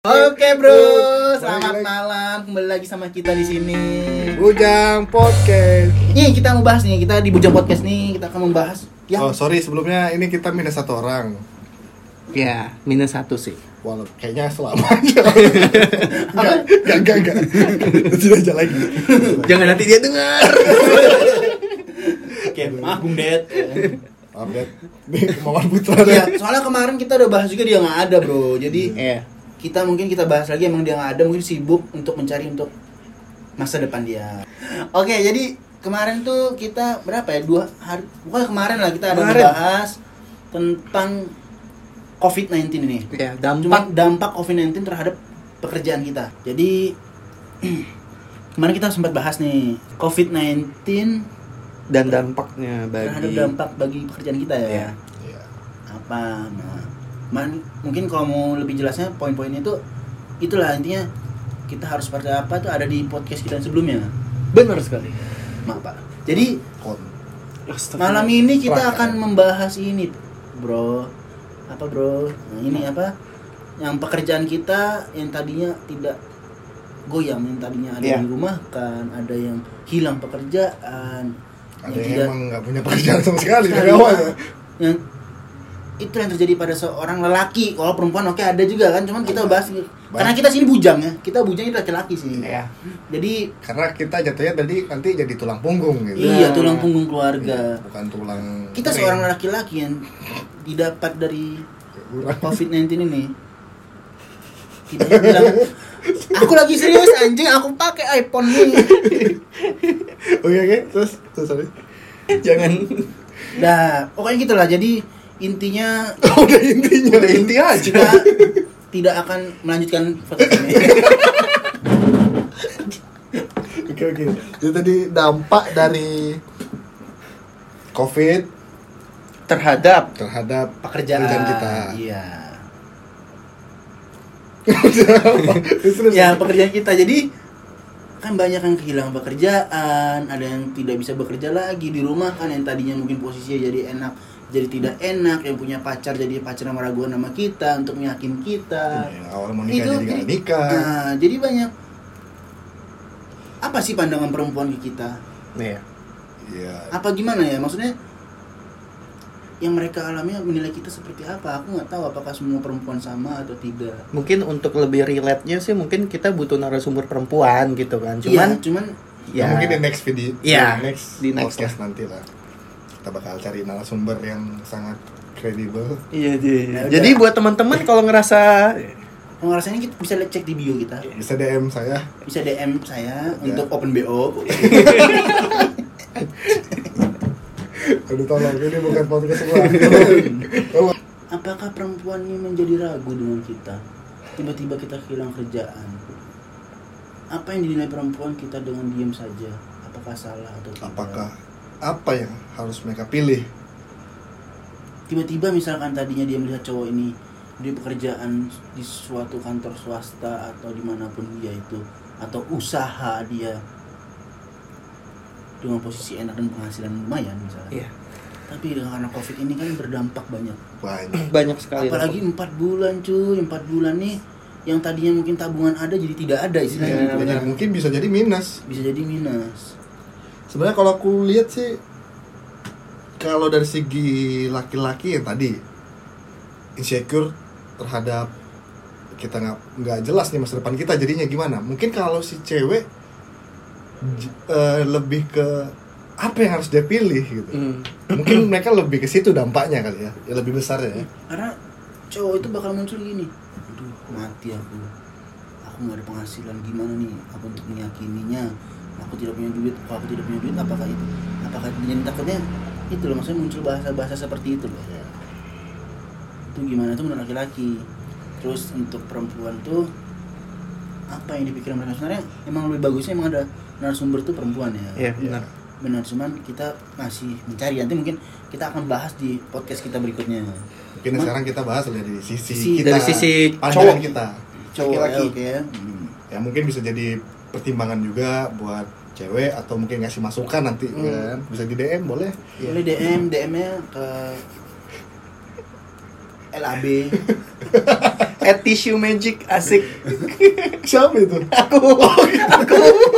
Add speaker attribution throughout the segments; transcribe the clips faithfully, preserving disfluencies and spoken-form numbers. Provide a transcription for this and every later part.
Speaker 1: Oke bro, selamat malam. Kembali lagi sama kita di sini.
Speaker 2: Bujang Podcast.
Speaker 1: Nih kita mau bahas nih, kita di Bujang Podcast nih kita akan membahas. Ya.
Speaker 2: Oh sorry sebelumnya ini kita minus satu orang.
Speaker 3: Ya minus satu sih.
Speaker 2: Walau kayaknya selamanya. Enggak, enggak, enggak, enggak. Tidak aja lagi.
Speaker 3: Jangan nanti dia dengar.
Speaker 1: Oke, maaf Bung Det.
Speaker 2: Maaf Det. Mawan Putra.
Speaker 1: Ya, soalnya kemarin kita udah bahas juga dia nggak ada bro. Jadi
Speaker 3: Iya.
Speaker 1: kita mungkin kita bahas lagi emang dia nggak ada, mungkin sibuk untuk mencari untuk masa depan dia. Oke, jadi kemarin tuh kita berapa ya, dua hari, bukan kemarin lah kita ada
Speaker 3: Kemarin.
Speaker 1: membahas tentang covid sembilan belas ini.
Speaker 3: Ya,
Speaker 1: Cuma
Speaker 3: dampak
Speaker 1: dampak covid sembilan belas terhadap pekerjaan kita. Jadi kemarin kita sempat bahas nih covid sembilan belas
Speaker 3: dan dampaknya
Speaker 1: terhadap
Speaker 3: bagi
Speaker 1: dampak bagi pekerjaan kita ya.
Speaker 3: Iya.
Speaker 2: Iya.
Speaker 1: Apa? Nah, Man, mungkin kalau mau lebih jelasnya poin-poinnya itu itulah intinya kita harus seperti apa tuh ada di podcast kita sebelumnya.
Speaker 3: benar sekali.
Speaker 1: Maaf Pak. Jadi
Speaker 2: Kon.
Speaker 1: malam ini kita
Speaker 2: Prakan.
Speaker 1: akan membahas ini, bro. Apa bro? Nah, ini apa? Yang pekerjaan kita yang tadinya tidak goyang, yang tadinya ada
Speaker 3: Iya.
Speaker 1: di rumah kan, ada yang hilang pekerjaan,
Speaker 2: Ada yang emang nggak punya pekerjaan sama sekali dari
Speaker 1: Sekali,
Speaker 2: awal.
Speaker 1: Pak. Yang itu yang terjadi pada seorang lelaki. Kalau perempuan oke ada juga kan, cuman kita bahas karena kita sini bujang ya, kita bujang itu laki-laki sih.
Speaker 3: Ya.
Speaker 1: Jadi
Speaker 2: Karena kita jatuhnya tadi nanti jadi tulang punggung gitu.
Speaker 1: iya,
Speaker 3: Nah.
Speaker 1: tulang punggung keluarga.
Speaker 2: Iya, bukan tulang.
Speaker 1: Kita
Speaker 2: kering.
Speaker 1: seorang laki-laki yang didapat dari covid sembilan belas ini. Tidak bilang, aku lagi serius anjing, aku pakai iPhone nih.
Speaker 2: Oke oke terus terus sorry.
Speaker 3: Jangan.
Speaker 1: Nah, pokoknya gitulah. Jadi intinya
Speaker 2: Udah intinya.
Speaker 3: Udah inti aja.
Speaker 1: kita tidak akan melanjutkan podcast ini.
Speaker 2: Oke oke. Jadi tadi dampak dari COVID
Speaker 3: Terhadap
Speaker 2: terhadap
Speaker 1: Pekerjaan
Speaker 2: kita.
Speaker 1: Iya.
Speaker 2: Terus, terus.
Speaker 1: Ya, pekerjaan kita. Jadi kan banyak yang kehilangan pekerjaan, ada yang tidak bisa bekerja lagi di rumah kan, yang tadinya mungkin posisinya jadi enak jadi tidak enak, yang punya pacar jadi pacar yang meragukan nama kita untuk meyakin kita.
Speaker 2: Yang awal mau nikah jadi nggak nikah.
Speaker 1: Nah, jadi banyak. Apa sih pandangan perempuan ke kita?
Speaker 3: Iya.
Speaker 2: Iya.
Speaker 1: Apa gimana ya? Maksudnya yang mereka alami menilai kita seperti apa? Aku nggak tahu apakah semua perempuan sama atau tidak.
Speaker 3: Mungkin untuk lebih relate-nya sih mungkin kita butuh narasumber perempuan gitu kan.
Speaker 1: Cuman,
Speaker 3: Cuman
Speaker 1: cuman
Speaker 2: Ya,
Speaker 3: ya
Speaker 2: mungkin di next video,
Speaker 3: Iya,
Speaker 2: di next
Speaker 3: di next
Speaker 2: podcast nanti lah. Kita bakal cari narasumber yang sangat kredibel.
Speaker 3: Iya, iya.
Speaker 1: Ya
Speaker 3: Jadi
Speaker 1: udah.
Speaker 3: buat teman-teman kalau ngerasa
Speaker 1: kalau rasanya kita bisa lihat cek di bio kita.
Speaker 2: Bisa D M saya.
Speaker 1: Bisa D M saya
Speaker 2: Ya.
Speaker 1: untuk open B O.
Speaker 2: Aduh tolong, ini bukan podcast semua.
Speaker 1: Apakah perempuan ini menjadi ragu dengan kita? Tiba-tiba kita hilang kerjaan. Apa yang dinilai perempuan kita dengan diam saja? Apakah salah atau tidak?
Speaker 2: Apakah apa yang harus mereka pilih?
Speaker 1: Tiba-tiba misalkan tadinya dia melihat cowok ini di pekerjaan di suatu kantor swasta atau dimanapun dia itu, atau usaha dia dengan posisi enak dan penghasilan lumayan misalnya.
Speaker 3: Iya.
Speaker 1: Tapi karena covid ini kan berdampak banyak.
Speaker 2: Banyak.
Speaker 3: banyak sekali.
Speaker 1: Apalagi empat bulan cuy, empat bulan nih yang tadinya mungkin tabungan ada jadi tidak ada istilahnya.
Speaker 3: Iya,
Speaker 1: gitu.
Speaker 2: Jadi mungkin bisa jadi minus.
Speaker 1: Bisa jadi minus.
Speaker 2: Sebenarnya kalau aku lihat sih, kalau dari segi laki-laki yang tadi insecure terhadap kita nggak nggak jelas nih masa depan kita jadinya gimana. Mungkin kalau si cewek j- eh, lebih ke apa yang harus dia pilih gitu.
Speaker 3: Hmm.
Speaker 2: Mungkin mereka lebih ke situ dampaknya kali ya, ya lebih besar ya.
Speaker 1: Karena cowok itu bakal muncul gini, aduh mati aku, aku nggak ada penghasilan, gimana nih aku untuk meyakininya, aku tidak punya duit, kalau aku tidak punya duit apakah itu, apakah jadi takutnya itu loh, maksudnya muncul bahasa-bahasa seperti itu loh.
Speaker 2: Ya.
Speaker 1: Itu gimana tuh menurut laki-laki. Terus untuk perempuan tuh apa yang dipikirin mereka, sebenarnya emang lebih bagusnya emang ada narasumber tuh perempuan ya.
Speaker 3: Iya, benar.
Speaker 1: Benar, cuman kita masih mencari, nanti mungkin kita akan bahas di podcast kita berikutnya.
Speaker 2: Mungkin
Speaker 1: Cuman-
Speaker 2: sekarang kita bahas dari sisi
Speaker 1: Sisi-
Speaker 2: kita,
Speaker 3: dari sisi
Speaker 2: pandangan
Speaker 3: cowok.
Speaker 2: kita.
Speaker 1: Cowok
Speaker 2: Laki-laki.
Speaker 1: ya, oke ya. Hmm.
Speaker 2: Ya mungkin bisa jadi pertimbangan juga buat cewek atau mungkin ngasih masukan nanti
Speaker 1: Hmm.
Speaker 2: kan. Bisa di D M boleh.
Speaker 1: Boleh D M, D M-nya ke L A B
Speaker 3: Pet tissue magic asik.
Speaker 2: Siapa itu?
Speaker 3: Aku. Aku.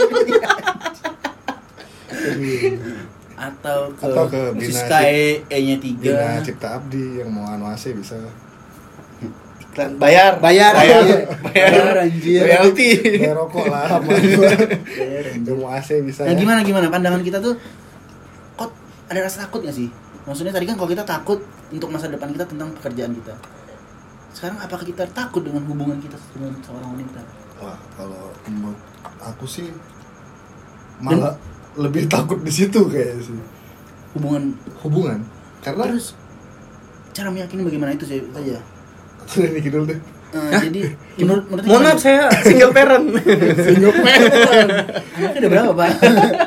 Speaker 1: Atau ke,
Speaker 2: Atau ke Bina
Speaker 1: Siskae E-nya tiga.
Speaker 2: Bina Cipta Abdi yang mau anu A C bisa.
Speaker 3: Iklan bayar.
Speaker 1: Bayar.
Speaker 3: Bayar.
Speaker 1: Bayar anjir.
Speaker 3: Royalty.
Speaker 2: Bayar rokok lah sama gua.
Speaker 1: Bayar, anjir.
Speaker 2: Yang mau A C bisa.
Speaker 1: Nah,
Speaker 2: ya.
Speaker 1: gimana gimana pandangan kita tuh kok ada rasa takut gak sih? Maksudnya tadi kan kalau kita takut untuk masa depan kita tentang pekerjaan kita. Sekarang apakah kita takut dengan hubungan kita dengan seorang wanita?
Speaker 2: Wah, kalau menurut aku sih malah lebih takut di situ kayaknya sih.
Speaker 1: Hubungan
Speaker 2: Hubungan. Karena
Speaker 1: terus cara meyakini bagaimana itu sih aja.
Speaker 2: sudah nih dulu deh.
Speaker 1: Uh, jadi menurut menurut
Speaker 3: Mohon maaf saya single parent.
Speaker 2: Single parent.
Speaker 1: anaknya ada berapa, Pak?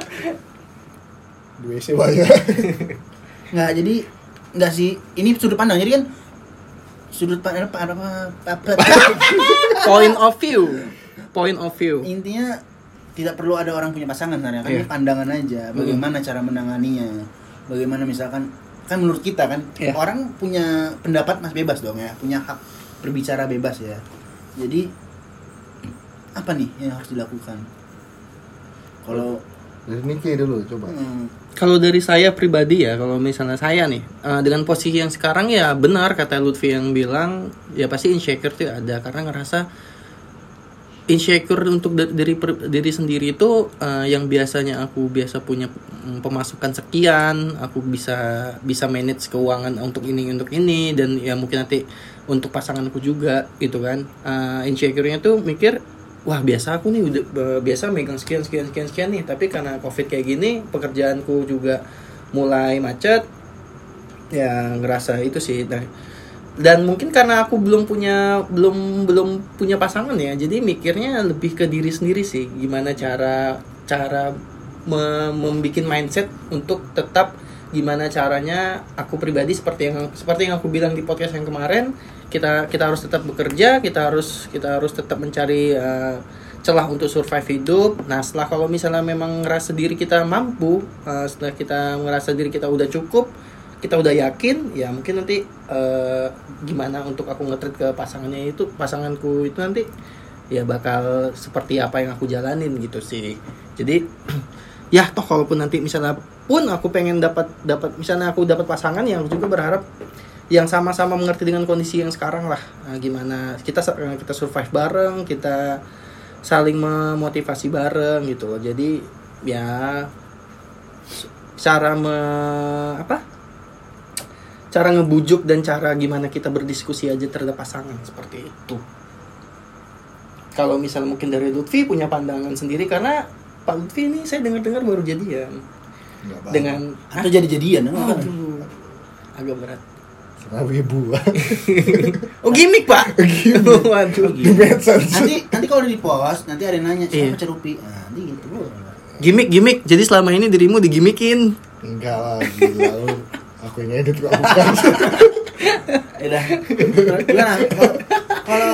Speaker 2: Dua C banyak.
Speaker 1: Nggak, jadi nggak sih, ini sudut pandang. Jadi kan sudut pandang apa apa apa
Speaker 3: Point of view. Point of view.
Speaker 1: intinya tidak perlu ada orang punya pasangan sebenarnya kan,
Speaker 3: Iya.
Speaker 1: ini pandangan aja bagaimana cara menanganinya, bagaimana misalkan kan menurut kita kan
Speaker 3: Iya.
Speaker 1: orang punya pendapat mas bebas dong ya, punya hak berbicara bebas ya. Jadi apa nih yang harus dilakukan kalau
Speaker 2: Dari Niki dulu coba.
Speaker 1: hmm,
Speaker 3: Kalau dari saya pribadi ya, kalau misalnya saya nih eh, dengan posisi yang sekarang ya benar kata Lutfi yang bilang ya pasti insecure tuh ada karena ngerasa insecure untuk da- diri per- diri sendiri itu eh, yang biasanya aku biasa punya mm, pemasukan sekian, aku bisa bisa manage keuangan untuk ini untuk ini dan ya mungkin nanti untuk pasanganku juga gitu kan. Eh, insecure-nya tuh mikir wah biasa aku nih udah eh, biasa megang sekian sekian sekian sekian nih, tapi karena covid kayak gini pekerjaanku juga mulai macet ya ngerasa itu sih. Dan, dan mungkin karena aku belum punya belum belum punya pasangan ya, jadi mikirnya lebih ke diri sendiri sih, gimana cara cara me, membikin mindset untuk tetap gimana caranya aku pribadi seperti yang seperti yang aku bilang di podcast yang kemarin, kita kita harus tetap bekerja, kita harus kita harus tetap mencari uh, celah untuk survive hidup. Nah setelah kalau misalnya memang ngerasa diri kita mampu, uh, setelah kita ngerasa diri kita udah cukup, kita udah yakin, ya mungkin nanti uh, gimana untuk aku nge-treat ke pasangannya itu pasanganku itu nanti ya bakal seperti apa yang aku jalanin gitu sih. Jadi ya toh kalaupun nanti misalnya pun aku pengen dapat dapat misalnya aku dapat pasangan, yang aku juga berharap yang sama-sama mengerti dengan kondisi yang sekarang lah. Nah, gimana kita kita survive bareng, kita saling memotivasi bareng gitu loh. Jadi ya cara me, apa? cara ngebujuk dan cara gimana kita berdiskusi aja terhadap pasangan seperti itu. Kalau misalnya mungkin dari Lutfi punya pandangan sendiri, karena Pak Lutfi ini saya dengar-dengar baru jadian
Speaker 2: Enggak banget.
Speaker 3: dengan
Speaker 1: atau jadi-jadian oh,
Speaker 3: aduh agak berat.
Speaker 2: Karena wibu.
Speaker 3: Oh gimmick Pak. Waduh.
Speaker 2: Di medsos.
Speaker 1: nanti nanti kalau di post nanti ada yang nanya
Speaker 3: Iya.
Speaker 1: siapa Cerupi, nah, nanti gitu.
Speaker 3: Gimmick gimmick. Jadi selama ini dirimu digimikin.
Speaker 2: Enggak lah, gila lu. Aku yang edit kok bukan.
Speaker 1: Udah. Gimana? Kalau- Kalau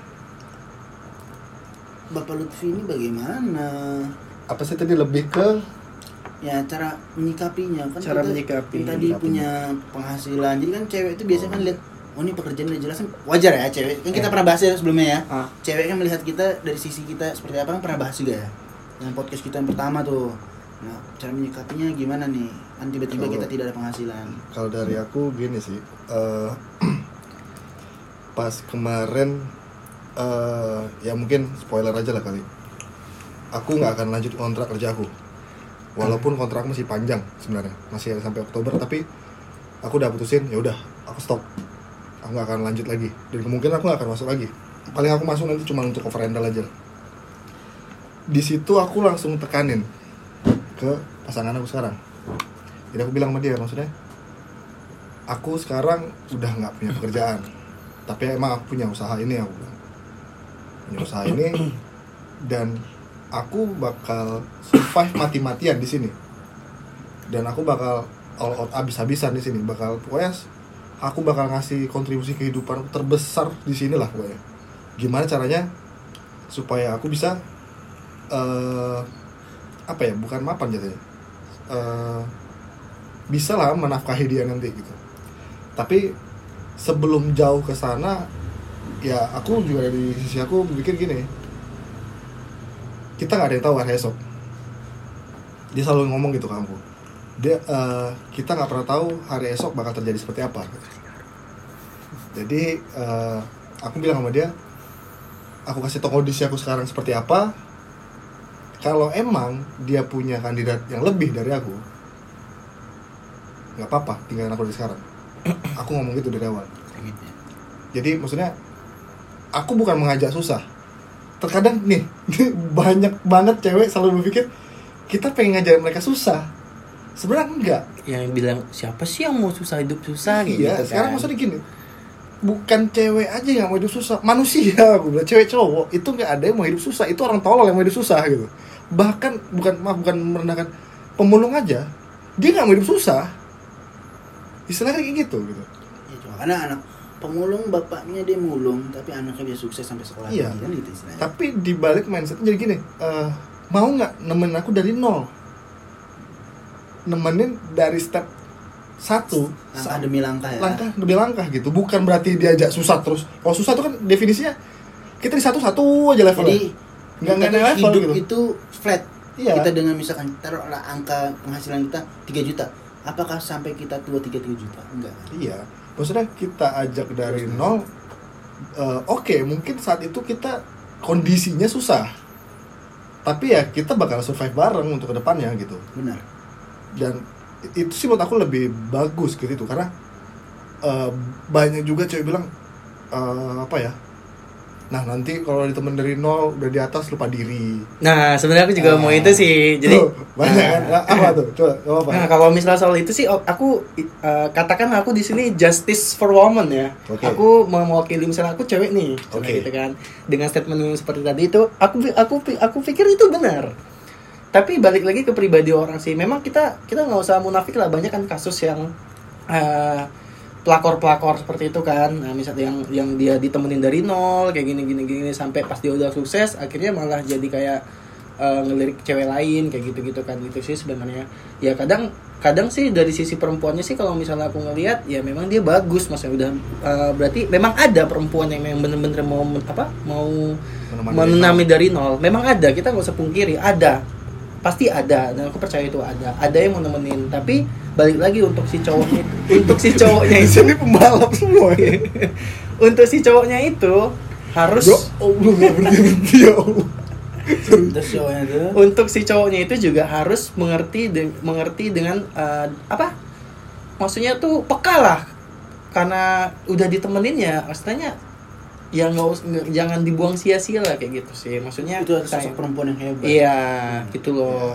Speaker 1: Bapak Lutfi ini bagaimana?
Speaker 2: Apa sih tadi lebih ke
Speaker 1: Ya cara menyikapinya kan
Speaker 3: Cara
Speaker 1: kita,
Speaker 3: menyikapi.
Speaker 1: kita tadi punya penghasilan. Jadi kan cewek itu biasanya kan lihat oh ini pekerjaan udah jelas kan wajar ya cewek. Kan kita
Speaker 3: Ya.
Speaker 1: pernah bahas ya sebelumnya ya.
Speaker 3: Ah.
Speaker 1: Cewek kan melihat kita dari sisi kita seperti apa kan pernah bahas juga ya. Yang podcast kita yang pertama tuh. Nah, cara menyikapinya gimana nih? Kan tiba-tiba
Speaker 2: Kalau-
Speaker 1: kita tidak ada penghasilan.
Speaker 2: kalau dari aku gini sih. eh, pas kemarin eh ya mungkin spoiler aja lah kali. Aku nggak akan lanjut kontrak kerja aku. Walaupun kontrak masih panjang sebenarnya, masih sampai Oktober, tapi aku udah putusin, ya udah, aku stop. Aku nggak akan lanjut lagi. Dan kemungkinan aku nggak akan masuk lagi. Paling aku masuk nanti cuma untuk cover handle aja. Di situ aku langsung tekanin ke pasangan aku sekarang. Jadi aku bilang sama dia, maksudnya aku sekarang udah nggak punya pekerjaan, tapi emang aku punya usaha ini, aku bilang punya usaha ini dan aku bakal survive mati-matian di sini, dan aku bakal all out abis-abisan di sini, bakal pokoknya aku bakal ngasih kontribusi kehidupan terbesar di sini lah pokoknya. Gimana caranya supaya aku bisa uh, apa ya, bukan mapan jadinya, uh, bisa lah menafkahi dia nanti gitu. Tapi sebelum jauh ke sana, ya aku juga dari sisi aku berpikir gini, kita nggak ada yang tahu hari esok. Dia selalu ngomong gitu ke aku, dia uh, kita nggak pernah tahu hari esok bakal terjadi seperti apa. Jadi uh, aku bilang sama dia, aku kasih tau kondisi aku sekarang seperti apa. Kalau emang dia punya kandidat yang lebih dari aku, nggak apa-apa, tinggalin aku dari sekarang. Aku ngomong gitu dari awal. Jadi maksudnya aku bukan mengajak susah. Terkadang nih banyak banget cewek selalu berpikir kita pengen ngajak mereka susah. Sebenarnya enggak.
Speaker 3: Yang bilang siapa sih yang mau susah hidup susah gitu
Speaker 2: Iya,
Speaker 3: kan.
Speaker 2: sekarang maksudnya gini, bukan cewek aja yang mau hidup susah, manusia, aku bilang cewek cowok itu nggak ada yang mau hidup susah, itu orang tolol yang mau hidup susah gitu. Bahkan bukan maaf bukan merendahkan pemulung aja, dia nggak mau hidup susah, istilahnya kayak gitu gitu.
Speaker 1: Ya, cuma karena anak pemulung bapaknya dia mulung, tapi anaknya bisa sukses sampai sekolah
Speaker 2: Iya.
Speaker 1: tinggi kan gitu istilahnya.
Speaker 2: Tapi dibalik mindsetnya jadi gini, uh, mau nggak nemenin aku dari nol, nemenin dari step satu
Speaker 1: Langkah demi langkah ya.
Speaker 2: langkah demi langkah gitu, bukan berarti diajak susah terus. Kalau susah itu kan definisinya kita di satu-satu aja levelnya.
Speaker 1: Jadi
Speaker 2: nggak nggak
Speaker 1: kita
Speaker 2: naik level
Speaker 1: hidup
Speaker 2: gitu.
Speaker 1: itu flat.
Speaker 2: Iya.
Speaker 1: Kita dengan misalkan taruhlah angka penghasilan kita tiga juta. Apakah sampai kita tua tiga puluh tiga juta? Enggak.
Speaker 2: Iya, maksudnya kita ajak dari nol. Uh, Oke, okay, mungkin saat itu kita kondisinya susah, tapi ya kita bakal survive bareng untuk kedepannya gitu.
Speaker 1: Benar.
Speaker 2: Dan itu sih menurut aku lebih bagus gitu karena uh, banyak juga cewek bilang uh, apa ya, nah nanti kalau ditemen dari nol udah di atas lupa diri.
Speaker 3: Nah sebenarnya aku juga
Speaker 2: Ah.
Speaker 3: mau itu sih. Jadi
Speaker 2: Tuh, banyak kan? Nah, apa tuh? Coba, coba apa?
Speaker 3: Nah, kalau misalnya soal itu sih aku uh, katakan aku di sini justice for woman ya.
Speaker 2: Oke.
Speaker 3: Aku mewakili misalnya aku cewek nih, misalnya
Speaker 2: Oke.
Speaker 3: gitu kan. Dengan statement yang seperti tadi itu, aku aku aku pikir itu benar. Tapi balik lagi ke pribadi orang sih. Memang kita kita nggak usah munafik lah, banyak kan kasus yang uh, pelakor-pelakor seperti itu kan. Nah, misalnya yang yang dia ditemenin dari nol kayak gini gini gini sampai pas dia udah sukses akhirnya malah jadi kayak uh, ngelirik cewek lain kayak gitu-gitu kan. Itu sih sebenarnya. Ya kadang kadang sih dari sisi perempuannya sih kalau misalnya aku ngelihat ya memang dia bagus maksudnya udah uh, berarti memang ada perempuan yang memang bener-bener mau apa mau menanami dari nol. Memang ada, kita nggak usah pungkiri, ada. Pasti ada, dan aku percaya itu ada. Ada yang mau nemenin, tapi balik lagi untuk si cowoknya untuk si cowoknya itu
Speaker 2: Ini pembalap semua ya.
Speaker 3: untuk si cowoknya itu harus
Speaker 2: Ya Allah, nggak berhenti ya Allah.
Speaker 1: Terus cowoknya tuh
Speaker 3: untuk si cowoknya itu juga harus mengerti de- mengerti dengan uh, apa maksudnya tuh peka lah karena udah ditemenin ya istilahnya ya nggak us- nggak- jangan dibuang sia-sia lah kayak gitu sih maksudnya
Speaker 1: itu ada sosok perempuan yang hebat.
Speaker 3: iya gitu loh.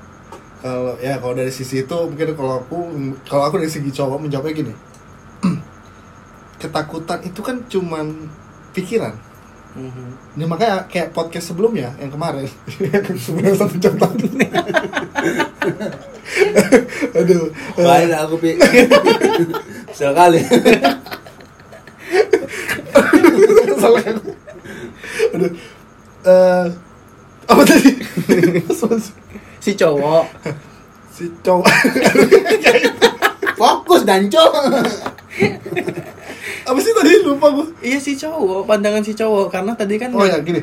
Speaker 2: Kalau ya kalau dari sisi itu mungkin kalau aku kalau aku dari segi cowok menjawabnya gini. Ketakutan itu kan cuman pikiran.
Speaker 3: Mhm.
Speaker 2: Ini makanya kayak podcast sebelumnya yang kemarin. Sebenarnya satu jam tadi. Aduh.
Speaker 1: Baik aku pi. Sekali.
Speaker 2: Salah aku. Aduh. Eh, apa tadi?
Speaker 3: Si cowok
Speaker 2: Si cowok.
Speaker 1: Fokus dan cowok.
Speaker 2: Apa sih tadi lupa gua.
Speaker 3: iya si cowok pandangan si cowok karena tadi kan
Speaker 2: Oh ya gini.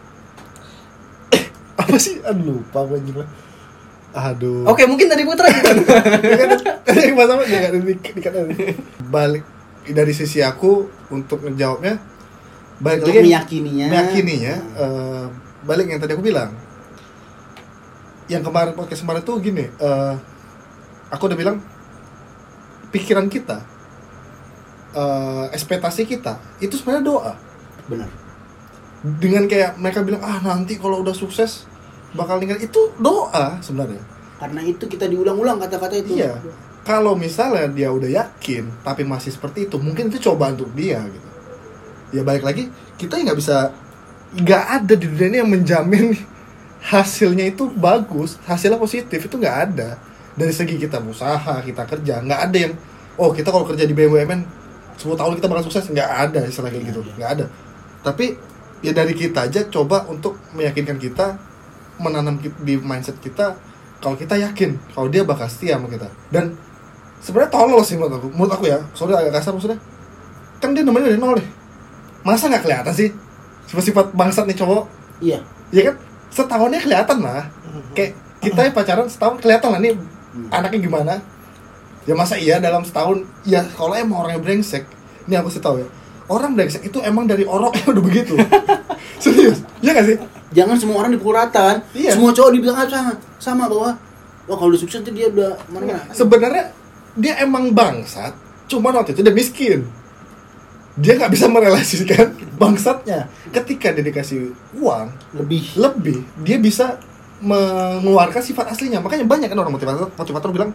Speaker 2: Apa sih? Aduh lupa gua juga. Aduh.
Speaker 3: oke mungkin tadi putra gitu.
Speaker 2: Tadi yang bahasa apa? Ya enggak dikat balik dari sisi aku untuk menjawabnya balik
Speaker 1: Untuk
Speaker 2: lagi
Speaker 1: meyakininya.
Speaker 2: meyakininya eh, balik yang tadi aku bilang. Yang kemarin podcast kemarin tuh gini, eh, aku udah bilang pikiran kita, eh, ekspektasi kita itu sebenarnya doa.
Speaker 1: Benar.
Speaker 2: Dengan kayak mereka bilang ah nanti kalau udah sukses bakal ninggal, itu doa sebenarnya.
Speaker 1: Karena itu kita diulang-ulang kata-kata itu.
Speaker 2: Iya. Kalau misalnya dia udah yakin tapi masih seperti itu, mungkin itu cobaan untuk dia gitu. Ya balik lagi, kita nggak bisa, nggak ada di dunia ini yang menjamin hasilnya itu bagus, hasilnya positif, itu nggak ada. Dari segi kita usaha, kita kerja, nggak ada yang oh kita kalau kerja di B U M N sepuluh tahun kita bakal sukses, nggak ada istilah kayak gitu, nggak ada. Tapi ya dari kita aja coba untuk meyakinkan kita, menanam di mindset kita kalau kita yakin kalau dia bakal setia sama kita. Dan sebenarnya tolol sih menurut aku, menurut aku ya, sorry agak kasar maksudnya, kan dia nemenin dari nol deh. masa nggak kelihatan sih sifat-sifat bangsat nih cowok?
Speaker 1: Iya.
Speaker 2: Ya kan setahunnya kelihatan lah. Kayak kita yang pacaran setahun kelihatan lah nih hmm. anaknya gimana. Ya masa iya dalam setahun? Ya kalau emang orangnya brengsek, ini aku sih tahu ya. Orang brengsek itu emang dari orangnya udah begitu. Serius? Iya nggak sih?
Speaker 1: Jangan semua orang dipukul rata kan.
Speaker 2: Iya.
Speaker 1: Semua cowok dibilang sama sama bahwa wah kalau udah sukses tuh dia udah mana-mana.
Speaker 2: Sebenarnya dia emang bangsat, cuman waktu itu dia miskin. Dia nggak bisa merelasikan bangsatnya. Ketika dia dikasih uang
Speaker 1: Lebih.
Speaker 2: lebih, dia bisa mengeluarkan sifat aslinya. Makanya banyak kan orang motivator motivator bilang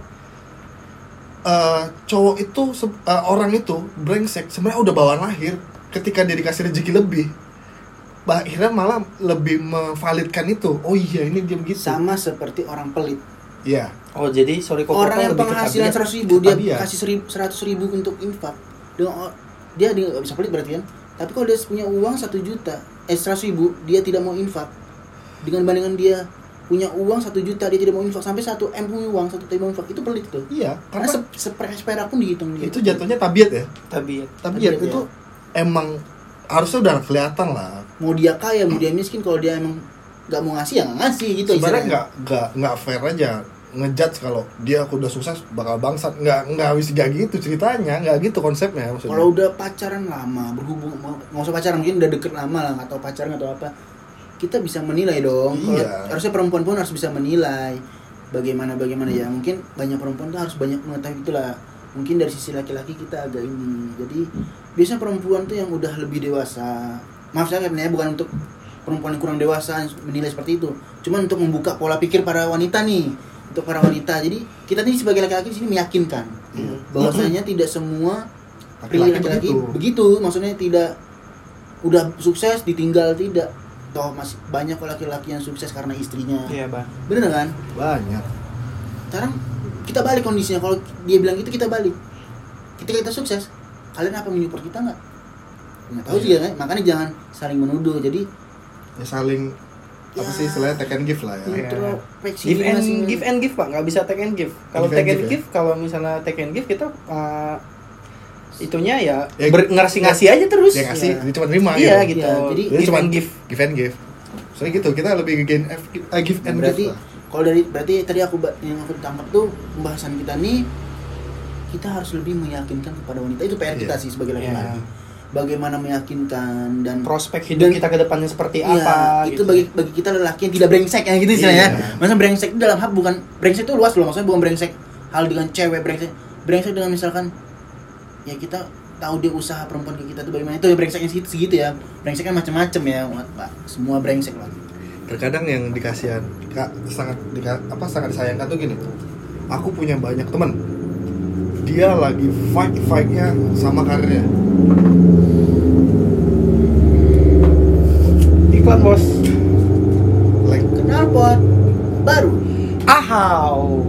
Speaker 2: uh, cowok itu uh, orang itu brengsek sebenarnya udah bawaan lahir. Ketika dia dikasih rezeki lebih, akhirnya malah lebih memvalidkan itu. Oh iya ini dia begitu.
Speaker 1: Sama seperti orang pelit.
Speaker 2: Iya.
Speaker 3: Oh jadi sorry kok
Speaker 1: Orang yang
Speaker 3: lebih ke
Speaker 1: penghasilan
Speaker 3: tabiat.
Speaker 1: seratus ribu dia
Speaker 2: Tabiat.
Speaker 1: kasih seribu, seratus ribu untuk infak. Dengan dia dia nggak bisa pelit berarti kan. Tapi kalau dia punya uang satu juta, eh seratus ribu dia tidak mau infak. Dengan bandingan dia punya uang satu juta dia tidak mau infak, sampai satu M punya uang satu tidak mau infak, itu pelit tuh.
Speaker 2: Iya,
Speaker 1: Karena
Speaker 2: karena
Speaker 1: se seperak seperak pun dihitung dia.
Speaker 2: itu jatuhnya tabiat ya.
Speaker 3: Tabiat.
Speaker 2: Tabiat
Speaker 1: Tabiat,
Speaker 2: itu emang harusnya udah kelihatan lah.
Speaker 1: Mau dia kaya mau dia miskin, kalau dia emang nggak mau ngasih ya nggak ngasih gitu.
Speaker 2: Sebenarnya
Speaker 1: istilahnya.
Speaker 2: nggak nggak nggak fair aja ngejudge kalau dia aku udah sukses bakal bangsat. Nggak nggak bisa gak gitu ceritanya, nggak gitu konsepnya maksudnya.
Speaker 1: Kalau udah pacaran lama, berhubung nggak usah pacaran, mungkin udah deket lama lah, atau pacaran atau apa, kita bisa menilai dong.
Speaker 2: Iya.
Speaker 1: Kalau harusnya perempuan pun harus bisa menilai bagaimana bagaimana ya. Mungkin banyak perempuan tuh harus banyak mengetahui itulah. Mungkin dari sisi laki-laki kita agak ini. Jadi biasanya perempuan tuh yang udah lebih dewasa. Maaf saya sebenarnya bukan untuk perempuan yang kurang dewasa menilai seperti itu. Cuma untuk membuka pola pikir para wanita nih. Untuk para wanita. Jadi kita nih sebagai laki-laki di sini meyakinkan
Speaker 2: hmm.
Speaker 1: bahwasanya tidak semua
Speaker 2: Laki-laki
Speaker 1: laki-laki
Speaker 2: begitu.
Speaker 1: begitu. Maksudnya tidak udah sukses ditinggal, tidak. Toh masih banyak kok laki-laki yang sukses karena istrinya.
Speaker 3: Iya bang.
Speaker 1: Bener kan?
Speaker 2: Banyak.
Speaker 1: Sekarang kita balik kondisinya. Kalau dia bilang gitu kita balik. Ketika kita sukses, kalian apa menyupport kita nggak? Nggak tahu sih ya kan? Makanya jangan saling menuduh. Jadi
Speaker 2: Ya saling apa
Speaker 1: Ya.
Speaker 2: sih istilahnya take and give lah ya.
Speaker 1: introspeksi
Speaker 3: Give and
Speaker 1: masing-masing.
Speaker 3: give and give pak, nggak bisa take and give. Kalau
Speaker 2: Give and
Speaker 3: take and
Speaker 2: give,
Speaker 3: give, kalau misalnya take and give kita uh, itunya ya,
Speaker 2: Ya,
Speaker 3: ber- ngasih-ngasih aja terus.
Speaker 2: Dia ngasih,
Speaker 1: Iya.
Speaker 2: dia cuma terima
Speaker 3: Iya
Speaker 2: gitu.
Speaker 3: gitu.
Speaker 1: Iya, jadi
Speaker 2: Dia
Speaker 3: give
Speaker 2: cuma
Speaker 3: and give.
Speaker 2: give and give. Soalnya gitu, kita lebih ke gain F, uh, give and
Speaker 1: berarti
Speaker 2: give lah.
Speaker 1: kalau dari berarti tadi aku ba- yang aku tangkap tuh pembahasan kita nih, kita harus lebih meyakinkan kepada wanita. Itu P R kita
Speaker 2: Iya.
Speaker 1: sih sebagai laki-laki.
Speaker 3: Iya.
Speaker 1: Bagaimana meyakinkan dan
Speaker 3: Prospek hidup
Speaker 1: Dan-
Speaker 3: kita ke depannya seperti
Speaker 1: iya,
Speaker 3: apa?
Speaker 1: itu
Speaker 3: gitu.
Speaker 1: bagi bagi kita lelaki yang tidak brengsek ya gitu istilahnya.
Speaker 2: Iya.
Speaker 1: Maksudnya brengsek itu dalam hal bukan brengsek itu luas loh. Maksudnya bukan brengsek hal dengan cewek, brengsek. Brengsek dengan misalkan ya kita tahu dia usaha perempuan ke kita tuh bagaimana. Itu ya brengseknya segitu, segitu ya. Brengsek kan macam-macam ya, Pak. Semua brengsek lah.
Speaker 2: Terkadang yang dikasihan Kak, sangat dika, apa sangat disayangkan tuh gini. Aku punya banyak teman. Dia lagi fight-fightnya sama karirnya.
Speaker 3: Iklan bos.
Speaker 2: Like
Speaker 1: Kenapa? Baru.
Speaker 3: Ahau.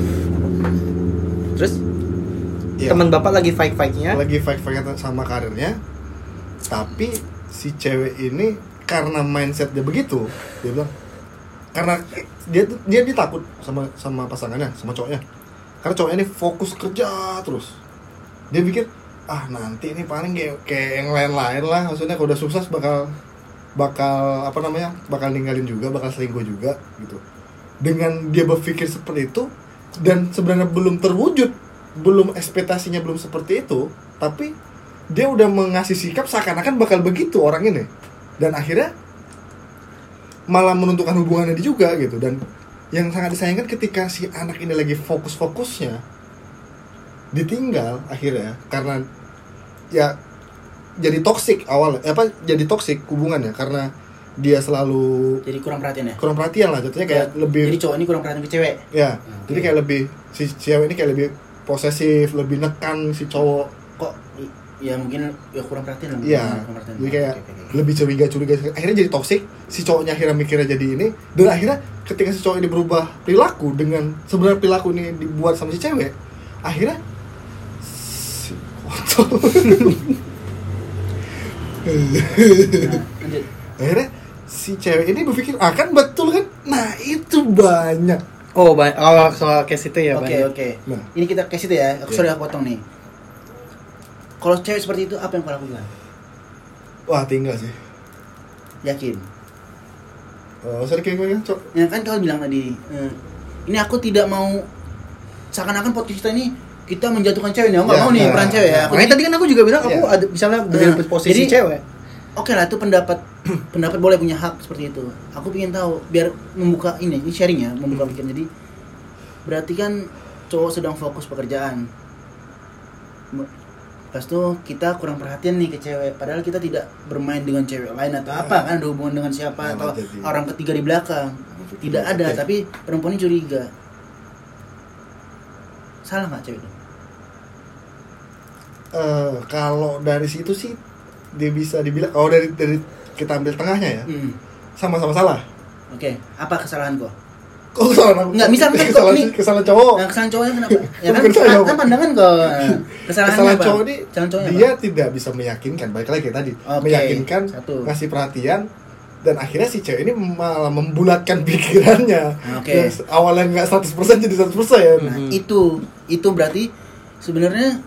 Speaker 3: Terus
Speaker 2: ya,
Speaker 3: teman bapak lagi fight fightnya.
Speaker 2: lagi fight-fightnya sama karirnya. Tapi si cewek ini karena mindset dia begitu, dia bilang karena dia tuh- dia dia takut sama sama pasangannya, sama cowoknya. Karena cowoknya ini fokus kerja terus. Dia pikir ah nanti ini paling kayak kayak yang lain-lain lah, maksudnya kalau udah sukses bakal bakal apa namanya bakal ninggalin juga, bakal selingkuh juga gitu. Dengan dia berpikir seperti itu dan sebenarnya belum terwujud, belum ekspektasinya belum seperti itu, tapi dia udah mengasih sikap seakan-akan bakal begitu orang ini, dan akhirnya malah menentukan hubungannya dia juga gitu. Dan yang sangat disayangkan ketika si anak ini lagi fokus-fokusnya ditinggal akhirnya karena ya jadi toksik awal apa jadi toksik hubungannya karena dia selalu
Speaker 1: Jadi kurang perhatian ya.
Speaker 2: kurang perhatian lah, jatuhnya kayak
Speaker 1: Ya,
Speaker 2: lebih
Speaker 1: Jadi cowok ini kurang perhatian ke cewek.
Speaker 2: ya
Speaker 1: Oke.
Speaker 2: jadi kayak lebih si cewek ini kayak lebih posesif, lebih nekan si cowok.
Speaker 1: Kok i- ya mungkin ya kurang perhatian lah.
Speaker 2: Iya,
Speaker 1: Kurang perhatian.
Speaker 2: jadi kayak
Speaker 1: Oke, oke, oke.
Speaker 2: lebih curiga-curiga, akhirnya jadi toksik. Si cowoknya akhirnya mikirnya jadi ini, dan akhirnya ketika si cowok ini berubah perilaku dengan sebenarnya perilaku ini dibuat sama si cewek, akhirnya si kontol.
Speaker 1: Nah, lanjut.
Speaker 2: Akhirnya si cewek ini berpikir ah kan betul kan, nah itu banyak.
Speaker 3: Oh, ba- kalau soal case itu ya
Speaker 1: Oke
Speaker 3: banyak.
Speaker 1: oke.
Speaker 2: Nah.
Speaker 1: Ini kita ke situ ya. Aku
Speaker 2: Iya.
Speaker 1: sorry aku potong nih. Kalau cewek seperti itu apa yang kau lakukan?
Speaker 2: Wah tinggal sih.
Speaker 1: Yakin?
Speaker 2: Oh, sorry kayak gue ya, cok.
Speaker 1: Ya kan kau bilang tadi, eh, ini aku tidak mau seakan-akan podcast kita ini kita menjatuhkan cewek nih, aku nggak
Speaker 2: Ya,
Speaker 1: mau nih
Speaker 2: ya.
Speaker 1: peran cewek ya. Aku
Speaker 3: Makanya tadi kan aku juga bilang aku
Speaker 2: Iya.
Speaker 3: ada misalnya dengan
Speaker 1: Nah,
Speaker 3: posisi
Speaker 1: jadi-
Speaker 3: cewek.
Speaker 1: Oke lah, itu pendapat pendapat boleh punya hak seperti itu. Aku ingin tahu biar membuka ini, ini sharing ya, membuka pikiran. Jadi berarti kan cowok sedang fokus pekerjaan. Pas tuh kita kurang perhatian nih ke cewek, padahal kita tidak bermain dengan cewek lain atau apa kan, ada hubungan dengan siapa
Speaker 2: Nah,
Speaker 1: atau
Speaker 2: jadi-
Speaker 1: orang ketiga di belakang. Tidak ada,
Speaker 2: Oke.
Speaker 1: tapi perempuan ini curiga. Salah nggak cewek itu?
Speaker 2: Eh, kalau dari situ sih dia bisa dibilang, kalau dari dari kita ambil tengahnya ya,
Speaker 1: Hmm.
Speaker 2: sama-sama salah.
Speaker 1: Oke, apa kesalahan kok?
Speaker 2: Kok kesalahan aku?
Speaker 1: Nggak, misal- misal
Speaker 2: kesalahan,
Speaker 1: kok nih-
Speaker 2: kesalahan cowok.
Speaker 1: Nah, kesalahan cowoknya kenapa? Ya kan,
Speaker 2: Bukan saya,
Speaker 1: kan,
Speaker 2: Pak.
Speaker 1: kan pandangan kok. Nah, kesalahannya
Speaker 2: Kesalahan
Speaker 1: apa?
Speaker 2: cowok ini
Speaker 1: Kesalahan cowoknya
Speaker 2: dia
Speaker 1: apa?
Speaker 2: tidak bisa meyakinkan, balik lagi kayak tadi,
Speaker 1: Oke,
Speaker 2: meyakinkan,
Speaker 1: satu.
Speaker 2: ngasih perhatian, dan akhirnya si cewek ini malah membulatkan pikirannya.
Speaker 1: Oke.
Speaker 2: Yang awalnya nggak seratus persen jadi seratus persen.
Speaker 1: Nah, itu itu berarti sebenarnya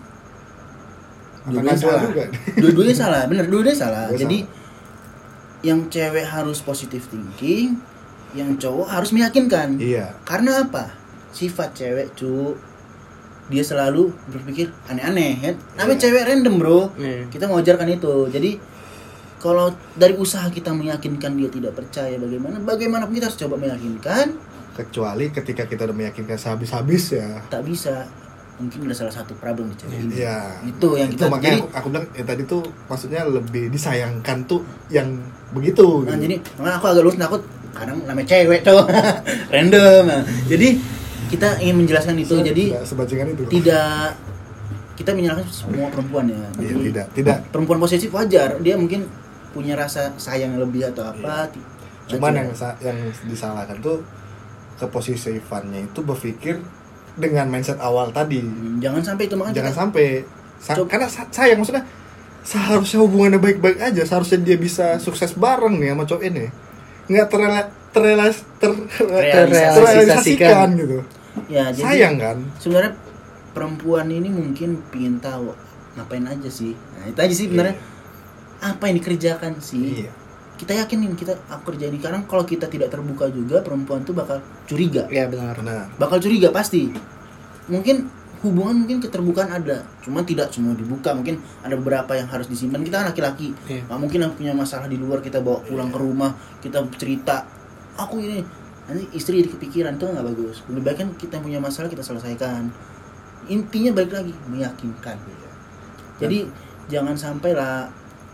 Speaker 1: dua-duanya
Speaker 2: Apakah
Speaker 1: salah.
Speaker 2: juga?
Speaker 1: Dua-duanya salah, bener, dua-duanya salah.
Speaker 2: Dua-duanya
Speaker 1: Jadi yang cewek harus positive thinking, yang cowok harus meyakinkan.
Speaker 2: Iya.
Speaker 1: Karena apa? Sifat cewek, cu, dia selalu berpikir aneh-aneh, kan? Namanya
Speaker 2: Iya.
Speaker 1: cewek random, bro.
Speaker 3: Iya.
Speaker 1: Kita mengajarkan itu. Jadi kalau dari usaha kita meyakinkan dia tidak percaya, bagaimana? Bagaimanapun kita harus coba meyakinkan.
Speaker 2: Kecuali ketika kita udah meyakinkan sehabis-habis ya.
Speaker 1: Tak bisa. Mungkin ada salah satu problem di cewek ini.
Speaker 2: Iya.
Speaker 1: Itu yang
Speaker 2: Itu
Speaker 1: kita
Speaker 2: makanya
Speaker 1: jadi.
Speaker 2: aku, aku bilang ya tadi tuh maksudnya lebih disayangkan tuh yang begitu.
Speaker 1: Nah,
Speaker 2: gitu.
Speaker 1: jadi makanya aku agak lulus takut kadang namanya cewek cowok random. Nah, jadi kita ingin menjelaskan itu.
Speaker 2: Se-
Speaker 1: Jadi
Speaker 2: tidak sebajingan itu.
Speaker 1: tidak kita menyalahkan semua perempuan ya.
Speaker 2: Iya,
Speaker 1: Jadi,
Speaker 2: tidak, tidak.
Speaker 1: Perempuan posesif wajar, dia mungkin punya rasa sayang lebih atau apa. ti-
Speaker 2: Cuman
Speaker 1: wajar.
Speaker 2: yang sa- yang disalahkan tuh keposisifannya itu berpikir dengan mindset awal tadi.
Speaker 1: Hmm, jangan sampai itu makanya
Speaker 2: Jangan
Speaker 1: kita-
Speaker 2: sampai sa-
Speaker 1: Coba-
Speaker 2: karena sa- sayang maksudnya seharusnya hubungannya baik-baik aja, seharusnya dia bisa sukses bareng nih sama cowok ini. Nggak terrela terrelas ter
Speaker 1: Terrealisasikan.
Speaker 2: terrealisasikan gitu.
Speaker 1: ya jadi
Speaker 2: Sayang kan?
Speaker 1: sebenarnya perempuan ini mungkin pingin tahu ngapain aja sih. Nah, itu aja sih sebenarnya. Apa yang dikerjakan sih?
Speaker 2: Iya.
Speaker 1: Kita yakinin kita aku kerja ini, karena kalau kita tidak terbuka juga perempuan tuh bakal curiga,
Speaker 3: Iya benar.
Speaker 2: Benar.
Speaker 1: bakal curiga pasti. Mungkin hubungan mungkin keterbukaan ada, cuma tidak semua dibuka, mungkin ada beberapa yang harus disimpan. Kita kan laki-laki,
Speaker 3: Iya.
Speaker 1: nggak mungkin yang punya masalah di luar kita bawa pulang ke rumah, kita cerita aku ini, nanti istri jadi kepikiran, itu nggak bagus. Lebih baik kan kita punya masalah kita selesaikan. Intinya balik lagi meyakinkan. Jadi jangan sampai lah,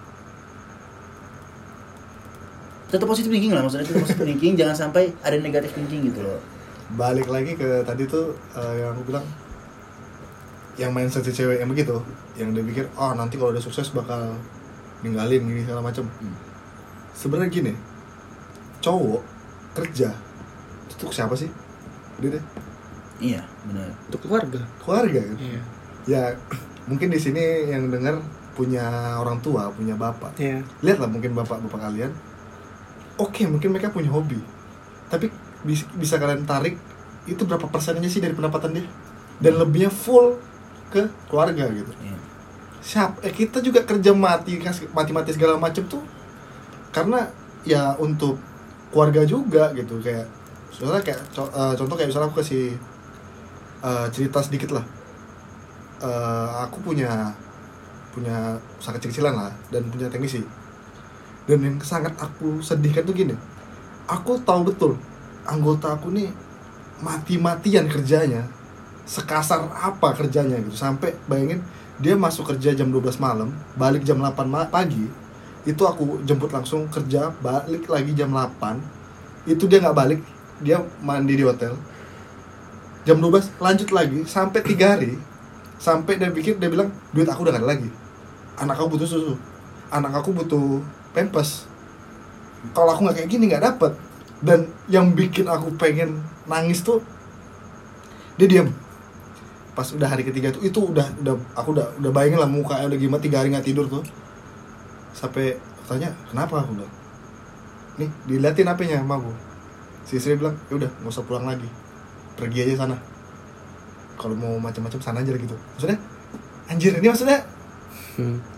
Speaker 1: tetap positive thinking lah, maksudnya tetap positive thinking, jangan sampai ada negative thinking gitu loh.
Speaker 2: Balik lagi ke tadi tuh eh, yang aku bilang, yang mindset si cewek yang begitu, yang dia pikir oh nanti kalau udah sukses bakal ninggalin gini segala macam.
Speaker 1: Hmm.
Speaker 2: Sebenarnya gini, cowok kerja itu untuk siapa sih? Dia deh
Speaker 1: Iya, benar.
Speaker 3: Untuk keluarga.
Speaker 2: keluarga kan.
Speaker 3: Iya.
Speaker 2: Ya mungkin di sini yang dengar punya orang tua, punya bapak.
Speaker 3: Iya.
Speaker 2: Lihatlah mungkin bapak-bapak kalian. Oke, mungkin mereka punya hobi. Tapi bis- bisa kalian tarik itu berapa persennya sih dari pendapatan dia? Dan lebihnya full ke keluarga gitu.
Speaker 1: Iya.
Speaker 2: Siap, eh, kita juga kerja mati kas- mati-mati segala macam tuh karena ya untuk keluarga juga gitu. Kayak soalnya kayak co- eh, contoh kayak misalnya aku kasih eh, cerita sedikit lah. Eh, aku punya punya usaha kecil-kecilan lah dan punya teknisi. Dan yang sangat aku sedihkan tuh gini, aku tahu betul anggota aku nih mati-matian kerjanya, sekasar apa kerjanya gitu. Sampai bayangin dia masuk kerja jam dua belas malam, balik jam delapan ma- pagi. Itu aku jemput langsung kerja, balik lagi jam delapan. Itu dia nggak balik, dia mandi di hotel. Jam dua belas lanjut lagi sampai tiga hari. Sampai dia pikir, dia bilang, duit aku udah gak ada lagi. Anak aku butuh susu, anak aku butuh Pampers. Kalau aku nggak kayak gini nggak dapet. Dan yang bikin aku pengen nangis tuh dia diam. Pas udah hari ketiga tuh itu udah udah aku udah udah bayangin lah mukanya udah gimana, tiga hari nggak tidur tuh. Sampai tanya kenapa, aku bilang nih diliatin H P-nya sama aku. Si istri bilang ya udah nggak usah pulang lagi, pergi aja sana. Kalau mau macam-macam sana aja gitu. Maksudnya anjir, ini maksudnya
Speaker 3: Hmm.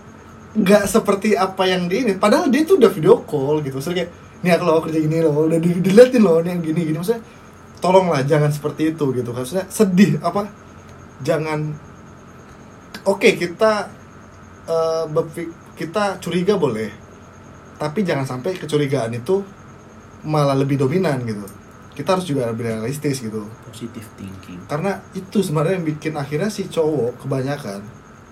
Speaker 2: nggak seperti apa yang di ini. Padahal dia tuh udah video call gitu. Maksudnya kayak, nih aku lo kerja gini loh, udah di- diliatin loh nih yang gini gini. Maksudnya tolonglah jangan seperti itu gitu. Maksudnya sedih apa? Jangan. Oke kita uh, berpik- kita curiga boleh, tapi jangan sampai kecurigaan itu malah lebih dominan gitu. Kita harus juga lebih realistis gitu.
Speaker 1: Positive thinking.
Speaker 2: Karena itu sebenarnya yang bikin akhirnya si cowok kebanyakan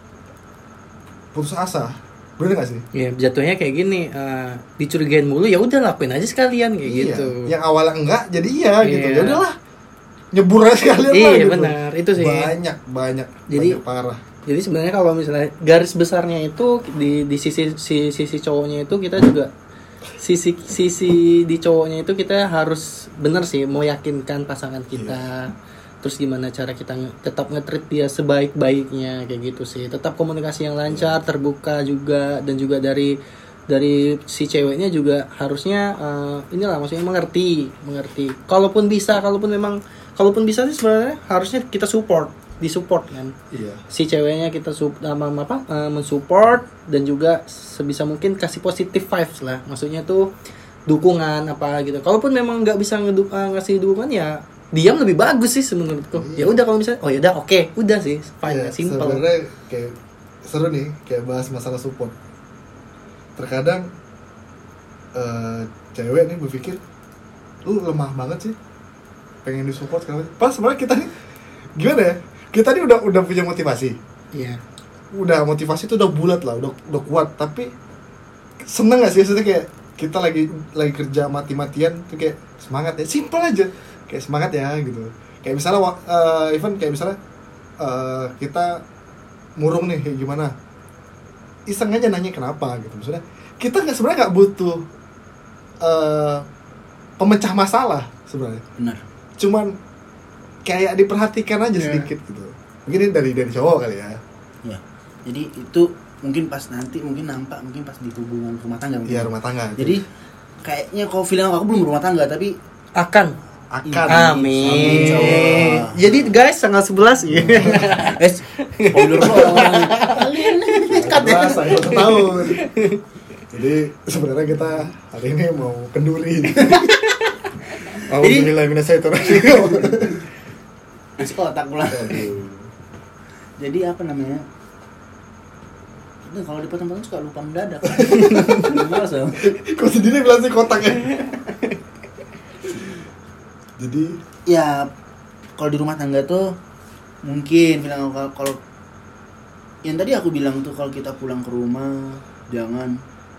Speaker 2: putus asa. Bener gak sih?
Speaker 3: Ya jatuhnya kayak gini, uh, dicurigain mulu ya udah lakuin aja sekalian kayak
Speaker 2: Iya.
Speaker 3: gitu.
Speaker 2: Yang awalnya enggak jadi iya, gitu.
Speaker 3: Iya.
Speaker 2: Ya udahlah. Nyebur aja sekalian
Speaker 3: Iya,
Speaker 2: lah gitu.
Speaker 3: benar. Itu sih.
Speaker 2: Banyak, banyak,
Speaker 3: Jadi-
Speaker 2: banyak parah.
Speaker 3: Jadi sebenarnya kalau misalnya garis besarnya itu di di sisi si, sisi cowoknya itu kita juga sisi sisi di cowoknya itu kita harus bener sih mau yakinkan pasangan kita. Terus gimana cara kita nge- tetap nge-treat dia sebaik-baiknya kayak gitu sih. Tetap komunikasi yang lancar, terbuka juga dan juga dari dari si ceweknya juga harusnya eh, inilah maksudnya mengerti, mengerti. Kalaupun bisa, kalaupun memang kalaupun bisa sih sebenarnya harusnya kita support, disupport kan.
Speaker 2: Iya.
Speaker 3: Si ceweknya kita sup, sama apa eh, mensupport dan juga sebisa mungkin kasih positive vibes lah, maksudnya tuh dukungan apa gitu. Kalaupun memang nggak bisa ngedu- eh, ngasih dukungan ya diam lebih bagus sih menurutku.
Speaker 2: Iya.
Speaker 3: Ya udah kalau misalnya oh ya udah oke udah sih fine
Speaker 2: Iya,
Speaker 3: simple.
Speaker 2: sebenarnya kayak seru nih kayak bahas masalah support. Terkadang eh, cewek nih berpikir lu lemah banget sih pengen disupport sekarang. Pas sebenarnya kita nih gimana ya? Kita nih udah udah punya motivasi.
Speaker 3: Iya.
Speaker 2: Udah motivasi tuh udah bulat lah, udah udah kuat, tapi seneng gak sih maksudnya kayak kita lagi lagi kerja mati-matian tuh kayak semangat ya, simple aja kayak semangat ya gitu. Kayak misalnya uh, even kayak misalnya uh, kita murung nih kayak gimana, iseng aja nanya kenapa gitu. Maksudnya kita nggak sebenarnya nggak butuh uh, pemecah masalah sebenarnya,
Speaker 1: Benar.
Speaker 2: cuman kayak diperhatikan aja
Speaker 3: Yeah.
Speaker 2: sedikit gitu. Mungkin ini dari dari cowok kali ya.
Speaker 1: Ya. Jadi itu mungkin pas nanti mungkin nampak mungkin pas di hubungan rumah tangga mungkin.
Speaker 2: Iya, rumah tangga.
Speaker 1: Jadi kayaknya kalau feeling aku belum berumah tangga tapi
Speaker 3: Akan.
Speaker 2: akan
Speaker 3: Amin.
Speaker 1: insyaallah.
Speaker 3: Jadi guys tanggal sebelas ya.
Speaker 1: Eh, spoiler lo orang-orang. Kalian cut ya.
Speaker 2: Berasa satu tahun. Jadi sebenarnya kita hari ini mau kenduri. Alhamdulillah minasyaitonir rajim.
Speaker 1: Masih kotak pula. Jadi apa namanya? Itu kalau dipotong-potong suka lupa mendadak. Males ya.
Speaker 2: Kok sendiri bilang sih kotaknya. Jadi
Speaker 1: Ya kalau di rumah tangga tuh mungkin bilang kalau- kalau yang tadi aku bilang tuh kalau kita pulang ke rumah jangan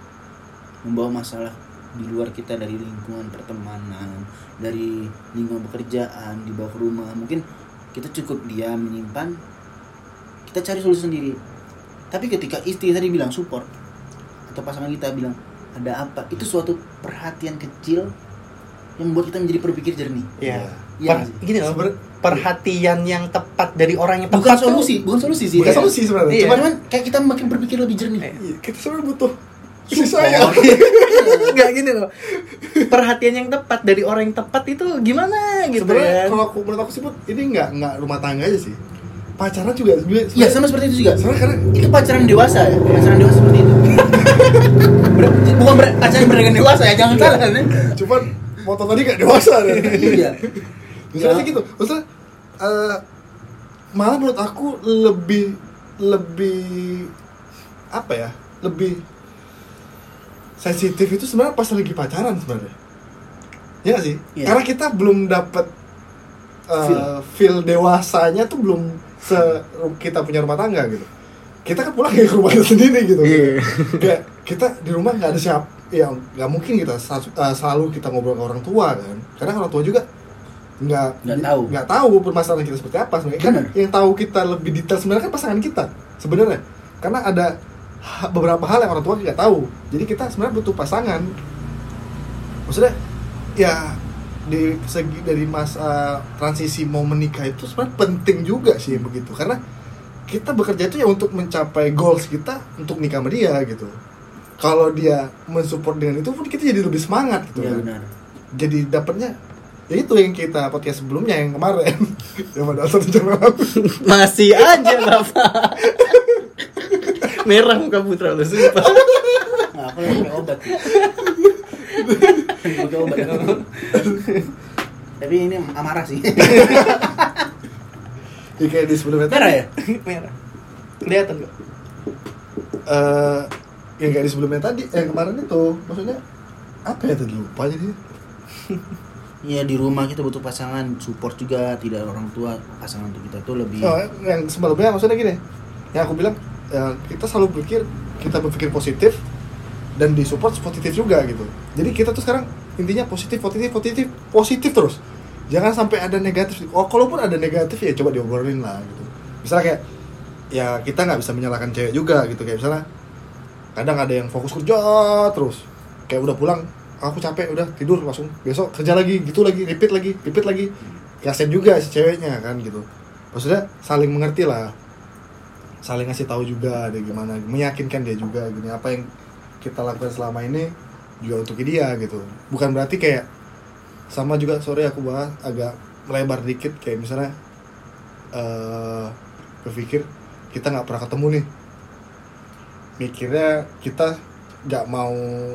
Speaker 1: membawa masalah di luar kita dari lingkungan pertemanan, dari lingkungan pekerjaan dibawa ke rumah. Mungkin kita cukup diam menyimpan, kita cari solusi sendiri. Tapi ketika istri tadi bilang support atau pasangan kita bilang ada apa, itu suatu perhatian kecil yang membuat kita menjadi berpikir jernih.
Speaker 3: Iya.
Speaker 1: Iya
Speaker 3: Per-
Speaker 1: nggak sih?
Speaker 3: gini loh,
Speaker 2: Seber-
Speaker 3: perhatian yang tepat dari orang yang
Speaker 1: Bukan
Speaker 3: tepat tuh-
Speaker 1: solusi, bukan solusi sih.
Speaker 2: bukan
Speaker 1: Kayak-
Speaker 2: solusi sebenarnya.
Speaker 3: Iya.
Speaker 2: Cuman
Speaker 1: Cuman kayak kita makin berpikir lebih jernih.
Speaker 3: Eh,
Speaker 2: iya, kita sebenarnya butuh kasih
Speaker 1: Support.
Speaker 2: sayang.
Speaker 3: Enggak gini loh. Perhatian yang tepat dari orang yang tepat itu gimana gitu
Speaker 2: Sebenarnya
Speaker 3: kan.
Speaker 2: kalau aku menurut aku sih Put, ini nggak nggak rumah tangga aja sih. Pacaran juga juga.
Speaker 1: Iya, sama seperti itu juga.
Speaker 2: Sebenarnya karena
Speaker 1: Itu pacaran dewasa ya, pacaran dewasa seperti itu. Ber- bukan ber- pacaran berenang dewasa ya, jangan salah kan.
Speaker 2: cuman foto tadi nggak dewasa deh.
Speaker 1: Iya.
Speaker 2: Misalnya sih gitu, maksudnya eh, malah menurut aku lebih lebih apa ya, lebih sensitif itu sebenarnya pas lagi pacaran sebenarnya, ya nggak sih?
Speaker 1: Iya.
Speaker 2: Karena kita belum dapat eh,
Speaker 1: Feel.
Speaker 2: feel dewasanya tuh belum se kita punya rumah tangga gitu. Kita kan pulang ke rumah kita sendiri gitu.
Speaker 3: Iya.
Speaker 2: Kayak kita di rumah nggak ada siapa, ya nggak mungkin kita sel- eh, selalu kita ngobrol ke orang tua kan, karena orang tua juga nggak
Speaker 1: Nggak tahu.
Speaker 2: nggak tahu permasalahan kita seperti apa sebenarnya. Kan
Speaker 1: Benar.
Speaker 2: yang tahu kita lebih detail sebenarnya kan pasangan kita sebenarnya, karena ada ha- beberapa hal yang orang tua nggak tahu. Jadi kita sebenarnya butuh pasangan. Maksudnya ya di segi dari masa transisi mau menikah itu sebenarnya penting juga sih begitu, karena kita bekerja itu ya untuk mencapai goals kita untuk nikah sama dia gitu. Kalau dia mensupport dengan itu pun kita jadi lebih semangat gitu
Speaker 1: Iya
Speaker 2: kan.
Speaker 1: benar.
Speaker 2: Jadi dapatnya ya itu yang kita podcast sebelumnya yang kemarin yang pada satu jam lalu.
Speaker 3: Masih aja Bapak. Merah muka Putra lu sumpah.
Speaker 1: Nah, aku lagi pakai obat. Pakai obat. Tapi ini amarah sih.
Speaker 2: Ya, kayak di sebelumnya
Speaker 1: Merah ya?
Speaker 3: Merah. Kelihatan kok.
Speaker 2: Eh, yang kayak di sebelumnya tadi, eh kemarin itu, maksudnya apa ya tadi lupa jadi.
Speaker 1: Iya, di rumah kita butuh pasangan, support juga, tidak orang tua, pasangan untuk kita tuh lebih.
Speaker 2: Oh, yang sebelumnya maksudnya gini, yang aku bilang ya, kita selalu berpikir, kita berpikir positif dan disupport positif juga gitu. Jadi kita tuh sekarang intinya positif, positif, positif, positif terus. Jangan sampai ada negatif. Oh, kalaupun ada negatif ya coba diobrolin lah gitu. Misalnya kayak ya kita nggak bisa menyalahkan cewek juga gitu, kayak misalnya kadang ada yang fokus kerja terus, kayak udah pulang aku capek udah tidur langsung besok kerja lagi gitu lagi repeat lagi repeat lagi kasian juga si ceweknya kan gitu. Maksudnya saling mengerti lah, saling ngasih tahu juga dia gimana, meyakinkan dia juga gini apa yang kita lakukan selama ini juga untuk dia gitu. Bukan berarti kayak sama juga, sorry aku bahas agak melebar dikit, kayak misalnya uh, berpikir kita nggak pernah ketemu nih, mikirnya kita nggak mau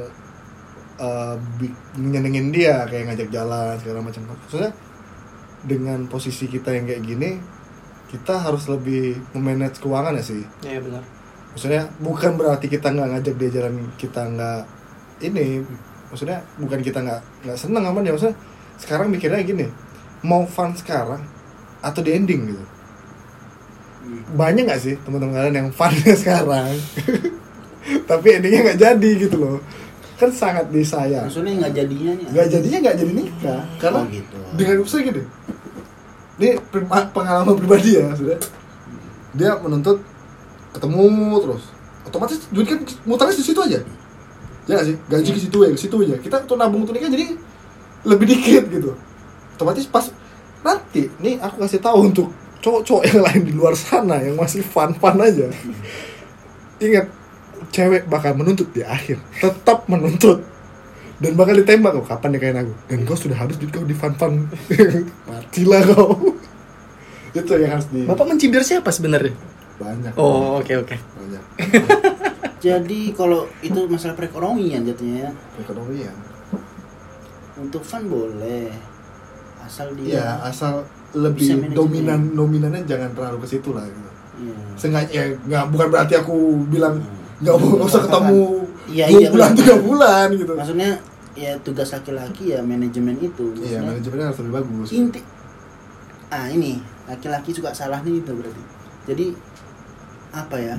Speaker 2: Uh, nyenengin dia kayak ngajak jalan segala macam. Maksudnya dengan posisi kita yang kayak gini, kita harus lebih memanage keuangan ya sih.
Speaker 3: Iya benar.
Speaker 2: Maksudnya bukan berarti kita nggak ngajak dia jalan, kita nggak ini. Maksudnya bukan kita nggak nggak seneng sama dia. Maksudnya sekarang mikirnya gini, mau fun sekarang atau di ending gitu. Banyak nggak sih teman-teman kalian yang funnya sekarang, tapi endingnya nggak jadi gitu loh. Kan sangat disayang.
Speaker 1: Maksudnya nggak jadinya nih?
Speaker 2: Nggak jadinya nggak jadi nikah karena
Speaker 1: oh, gitu.
Speaker 2: dengan usaha gini. Ini pengalaman pribadi ya sudah. Dia menuntut ketemu terus. Otomatis duit kan mutarnya di situ aja. Ya nggak sih? Gaji ke situ ya, ke situ aja. Kita tuh nabung untuk nikah jadi lebih dikit gitu. Otomatis pas nanti nih aku kasih tahu untuk cowok-cowok yang lain di luar sana yang masih fun-fun aja. Ingat, cewek bakal menuntut di akhir, tetap menuntut dan bakal ditembak kok, kapan nikahin aku dan kau sudah habis duit kau di fun-fun. Matilah kau. Itu yang harus di.
Speaker 3: Bapak mencibir siapa sebenarnya?
Speaker 2: Banyak.
Speaker 3: Oh oke oke.
Speaker 2: Banyak.
Speaker 1: Jadi kalau itu masalah perekonomian jatuhnya ya.
Speaker 2: Perekonomian.
Speaker 1: Untuk fun boleh, asal dia.
Speaker 2: Iya, asal lebih dominan nominannya jangan terlalu ke situ lah gitu.
Speaker 1: Iya.
Speaker 2: Sengaja ya, nggak bukan berarti aku bilang
Speaker 1: Hmm.
Speaker 2: nggak mau nggak usah ketemu
Speaker 1: Iya,
Speaker 2: dua
Speaker 1: iya,
Speaker 2: bulan
Speaker 1: benar.
Speaker 2: tiga bulan gitu.
Speaker 1: Maksudnya ya tugas laki-laki ya manajemen itu.
Speaker 2: Iya,
Speaker 1: Maksudnya,
Speaker 2: manajemennya harus lebih bagus.
Speaker 1: inti ah ini laki-laki suka salahnya itu berarti. Jadi apa ya?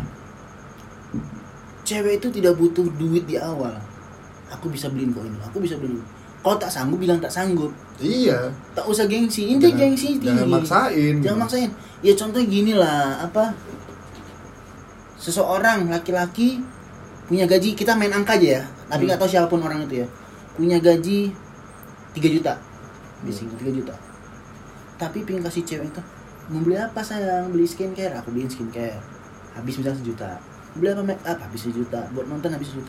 Speaker 1: Cewek itu tidak butuh duit di awal. Aku bisa beliin kau ini, aku bisa beliin. Kalau tak sanggup bilang tak sanggup.
Speaker 2: Iya.
Speaker 1: Tak usah gengsi. Inti
Speaker 2: Jangan-
Speaker 1: gengsi tinggi.
Speaker 2: Jangan maksain.
Speaker 1: Jangan maksain. Ya contohnya gini lah, apa? Seseorang laki-laki punya gaji, kita main angka aja ya. Tapi nggak tahu siapapun orang itu ya. Punya gaji tiga juta. Bising tiga juta. Tapi pengen kasih cewek itu, mau beli apa sayang? Beli skincare, aku beliin skincare. Habis misalnya sejuta. Beli apa make up? Habis sejuta. Buat nonton habis sejuta.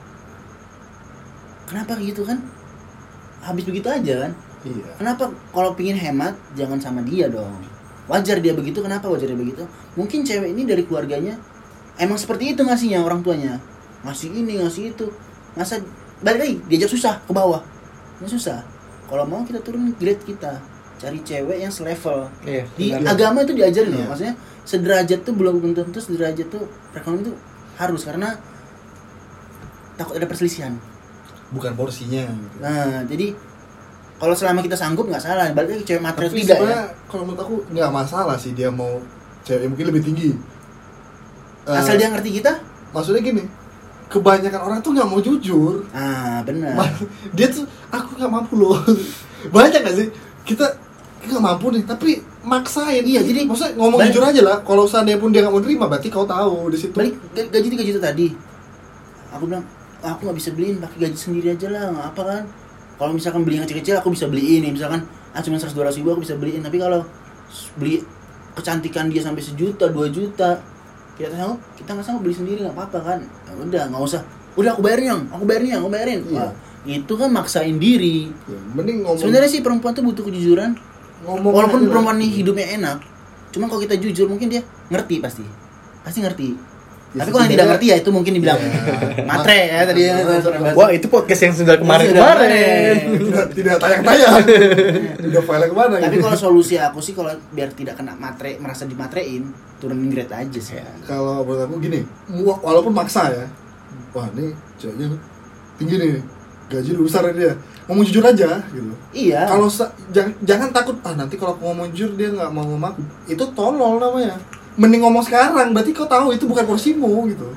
Speaker 1: Kenapa gitu kan? Habis begitu aja kan?
Speaker 2: Iya.
Speaker 1: Kenapa kalau pingin hemat jangan sama dia dong? Wajar dia begitu, kenapa wajar dia begitu? Mungkin cewek ini dari keluarganya emang seperti itu ngasihnya orang tuanya. Ngasih ini, ngasih itu. Masa balik lagi diajak susah ke bawah. Nggak susah. Kalau mau kita turun grade kita. Cari cewek yang selevel.
Speaker 3: Iya.
Speaker 1: Di
Speaker 2: benar.
Speaker 1: agama itu diajarin loh.
Speaker 2: Iya.
Speaker 1: Maksudnya sederajat tuh belum tentu sederajat tuh perekonomian itu harus karena takut ada perselisihan.
Speaker 2: Bukan porsinya gitu.
Speaker 1: Nah, jadi kalau selama kita sanggup nggak salah. Balik lagi cewek material
Speaker 2: Tapi
Speaker 1: tidak ya.
Speaker 2: sebenarnya kalau menurut aku nggak masalah sih dia mau cewek yang mungkin lebih tinggi.
Speaker 1: Asal
Speaker 2: Eh,
Speaker 1: dia ngerti kita.
Speaker 2: maksudnya gini, kebanyakan orang tuh nggak mau jujur.
Speaker 1: Ah, benar.
Speaker 2: Ma- Dia tuh aku nggak mampu loh. Banyak nggak sih kita nggak mampu nih, tapi maksain.
Speaker 1: Iya, jadi-
Speaker 2: maksudnya ngomong
Speaker 1: balik-
Speaker 2: jujur aja lah. Kalau seandainya pun dia nggak mau terima, berarti kau tahu di situ.
Speaker 1: Balik ga- gaji tiga juta tadi. Aku bilang, "Ah, aku nggak bisa beliin, pakai gaji sendiri aja lah, nggak apa kan? Kalau misalkan beli yang kecil-kecil aku bisa beliin nih, misalkan ah cuma seratus dua ratus ribu aku bisa beliin. Tapi kalau beli kecantikan dia sampai sejuta, dua juta, kita tahu kita nggak sanggup beli sendiri nggak apa-apa kan? Ya udah nggak usah. Udah aku bayarin yang, aku bayarin yang, aku bayarin.
Speaker 2: Iya.
Speaker 1: Wah, itu kan maksain diri.
Speaker 2: Ya, mending ngomong.
Speaker 1: Sebenarnya sih perempuan tuh butuh kejujuran.
Speaker 2: ngomong
Speaker 1: Walaupun
Speaker 2: aja lah.
Speaker 1: perempuan ini hidupnya enak, cuma kalau kita jujur mungkin dia ngerti pasti, pasti ngerti.
Speaker 2: Ya,
Speaker 1: Tapi kalau yang tidak ngerti ya itu mungkin dibilang matre ya tadi ya.
Speaker 3: Wah, itu podcast yang sudah
Speaker 1: Sudah
Speaker 3: kemarin-kemarin.
Speaker 2: tidak, tidak tayang-tayang. Udah file kemana
Speaker 1: Tapi
Speaker 2: gitu.
Speaker 1: kalau solusi aku sih kalau biar tidak kena matre, merasa dimatrein, turunin grade aja sih.
Speaker 2: Kalau menurut aku gini, mu- walaupun maksa ya. Wah, ini ceweknya tinggi nih. Gaji lebih besar dari dia. Ngomong jujur aja gitu.
Speaker 1: Iya.
Speaker 2: Kalau sa- jangan, jangan takut ah nanti kalau aku ngomong jujur dia nggak mau sama aku. Itu tolol namanya. Mending ngomong sekarang, berarti kau tahu itu bukan porsimu gitu.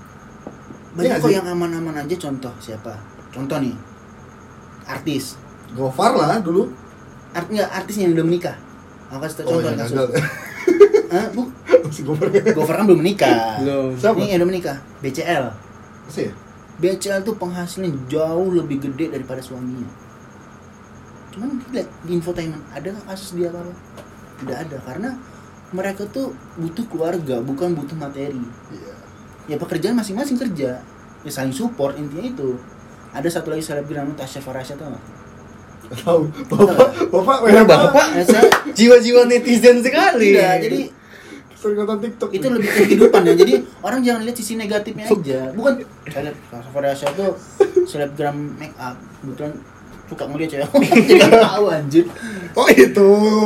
Speaker 1: banyak
Speaker 2: Iya
Speaker 1: kok
Speaker 2: sih.
Speaker 1: yang aman-aman aja, contoh siapa? Contoh nih. Artis.
Speaker 2: Gofar lah dulu.
Speaker 1: Art enggak artisnya yang udah menikah. Aku kasih tau
Speaker 2: Oh,
Speaker 1: contoh
Speaker 2: iya,
Speaker 1: kasus.
Speaker 2: gagal.
Speaker 1: Hah, Bu?
Speaker 2: Si Gofar.
Speaker 1: Gofar kan belum menikah.
Speaker 3: Belum.
Speaker 2: Siapa?
Speaker 1: Ini yang udah menikah, B C L.
Speaker 2: Masih ya?
Speaker 1: B C L tuh penghasilannya jauh lebih gede daripada suaminya. Cuman lihat di infotainment, ada nggak kasus dia apa? Tidak ada, karena mereka tuh butuh keluarga, bukan butuh materi.
Speaker 2: Iya.
Speaker 1: Ya pekerjaan masing-masing kerja, ya saling support, intinya itu. Ada satu lagi selebgram Tasya Farasya, tau nggak?
Speaker 2: Tahu. Bapak, bapak,
Speaker 3: Wah, bapak
Speaker 1: Ya, saya,
Speaker 3: jiwa-jiwa netizen sekali.
Speaker 1: tidak, jadi
Speaker 2: sering nonton TikTok.
Speaker 1: itu lebih ke kehidupan ya. Jadi orang jangan lihat sisi negatifnya aja. Bukan seleb Tasya Farasya tuh selebgram make up, kebetulan suka ngeliat cewek. Jadi tahu anjir.
Speaker 2: Oh itu,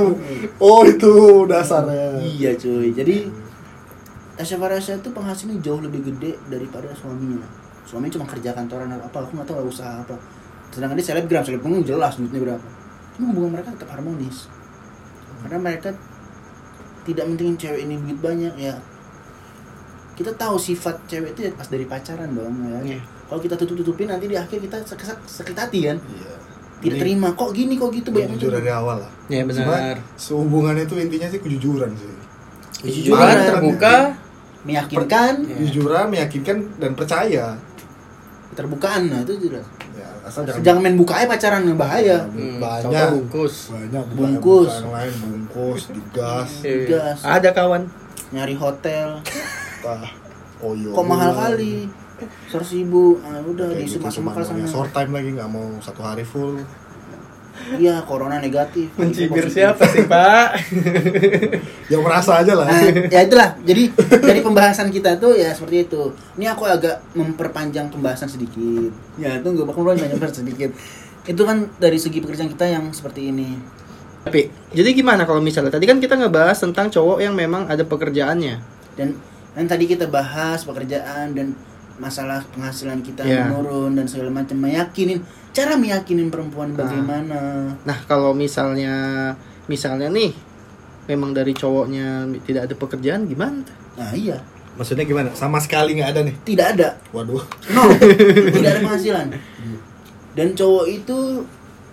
Speaker 2: oh itu dasarnya.
Speaker 1: Iya cuy, jadi Tasya Farasya tuh penghasilannya jauh lebih gede daripada suaminya. Suaminya cuma kerja kantoran atau apa, aku nggak tahu lah usaha apa. Sedangkan dia selebgram, selebgram jelas duitnya berapa. Cuma hubungan mereka tetap harmonis. Karena mereka tidak mentingin cewek ini duit banyak ya. Kita tahu sifat cewek itu ya pas dari pacaran dong ya.
Speaker 3: Iya.
Speaker 1: Kalau kita tutup-tutupin nanti di akhir kita sakit, sakit hati kan.
Speaker 2: Iya.
Speaker 1: Tidak terima, kok gini kok gitu banyak
Speaker 2: Jujur dari awal lah.
Speaker 3: Ya benar.
Speaker 2: Sehubungan itu intinya sih kejujuran sih.
Speaker 3: Kejujuran,
Speaker 2: Kejujuran,
Speaker 3: terbuka,
Speaker 1: meyakinkan,
Speaker 3: Iya.
Speaker 2: Kejujuran, meyakinkan dan percaya.
Speaker 1: keterbukaan, nah itu jelas.
Speaker 2: Ya, asal jangan
Speaker 1: Jangan main buka aja pacaran, bahaya.
Speaker 3: Hmm,
Speaker 2: banyak
Speaker 3: contoh bungkus.
Speaker 2: banyak
Speaker 1: Bungkus.
Speaker 2: bukan yang lain bungkus digas
Speaker 3: Iya.
Speaker 1: Gas.
Speaker 3: Ada kawan.
Speaker 1: Nyari hotel,
Speaker 2: tah oyo
Speaker 1: kok mahal kali, seratus ribu, ah udah
Speaker 2: kayak
Speaker 1: diisi
Speaker 2: gitu
Speaker 1: masuk
Speaker 2: cuma
Speaker 1: makal
Speaker 2: maunya
Speaker 1: sana.
Speaker 2: short time lagi nggak mau satu hari full.
Speaker 1: Iya, corona negatif.
Speaker 3: Mencibir
Speaker 1: Positif.
Speaker 3: siapa sih, Pak?
Speaker 2: yang merasa aja lah.
Speaker 1: Nah, ya itulah. Jadi dari pembahasan kita tuh ya seperti itu. Ini aku agak memperpanjang pembahasan sedikit. Ya itu nggak bakal panjang sedikit. Itu kan dari segi pekerjaan kita yang seperti ini.
Speaker 3: Tapi, jadi gimana kalau misalnya tadi kan kita ngebahas tentang cowok yang memang ada pekerjaannya.
Speaker 1: Dan dan tadi kita bahas pekerjaan dan masalah penghasilan kita
Speaker 3: Iya.
Speaker 1: menurun dan segala macam, meyakinin cara meyakinin perempuan bagaimana.
Speaker 3: Nah, kalau misalnya misalnya nih memang dari cowoknya tidak ada pekerjaan gimana?
Speaker 1: Nah iya,
Speaker 2: Maksudnya gimana? Sama sekali nggak ada nih.
Speaker 1: tidak ada,
Speaker 2: Waduh.
Speaker 1: no, tidak ada penghasilan. Dan cowok itu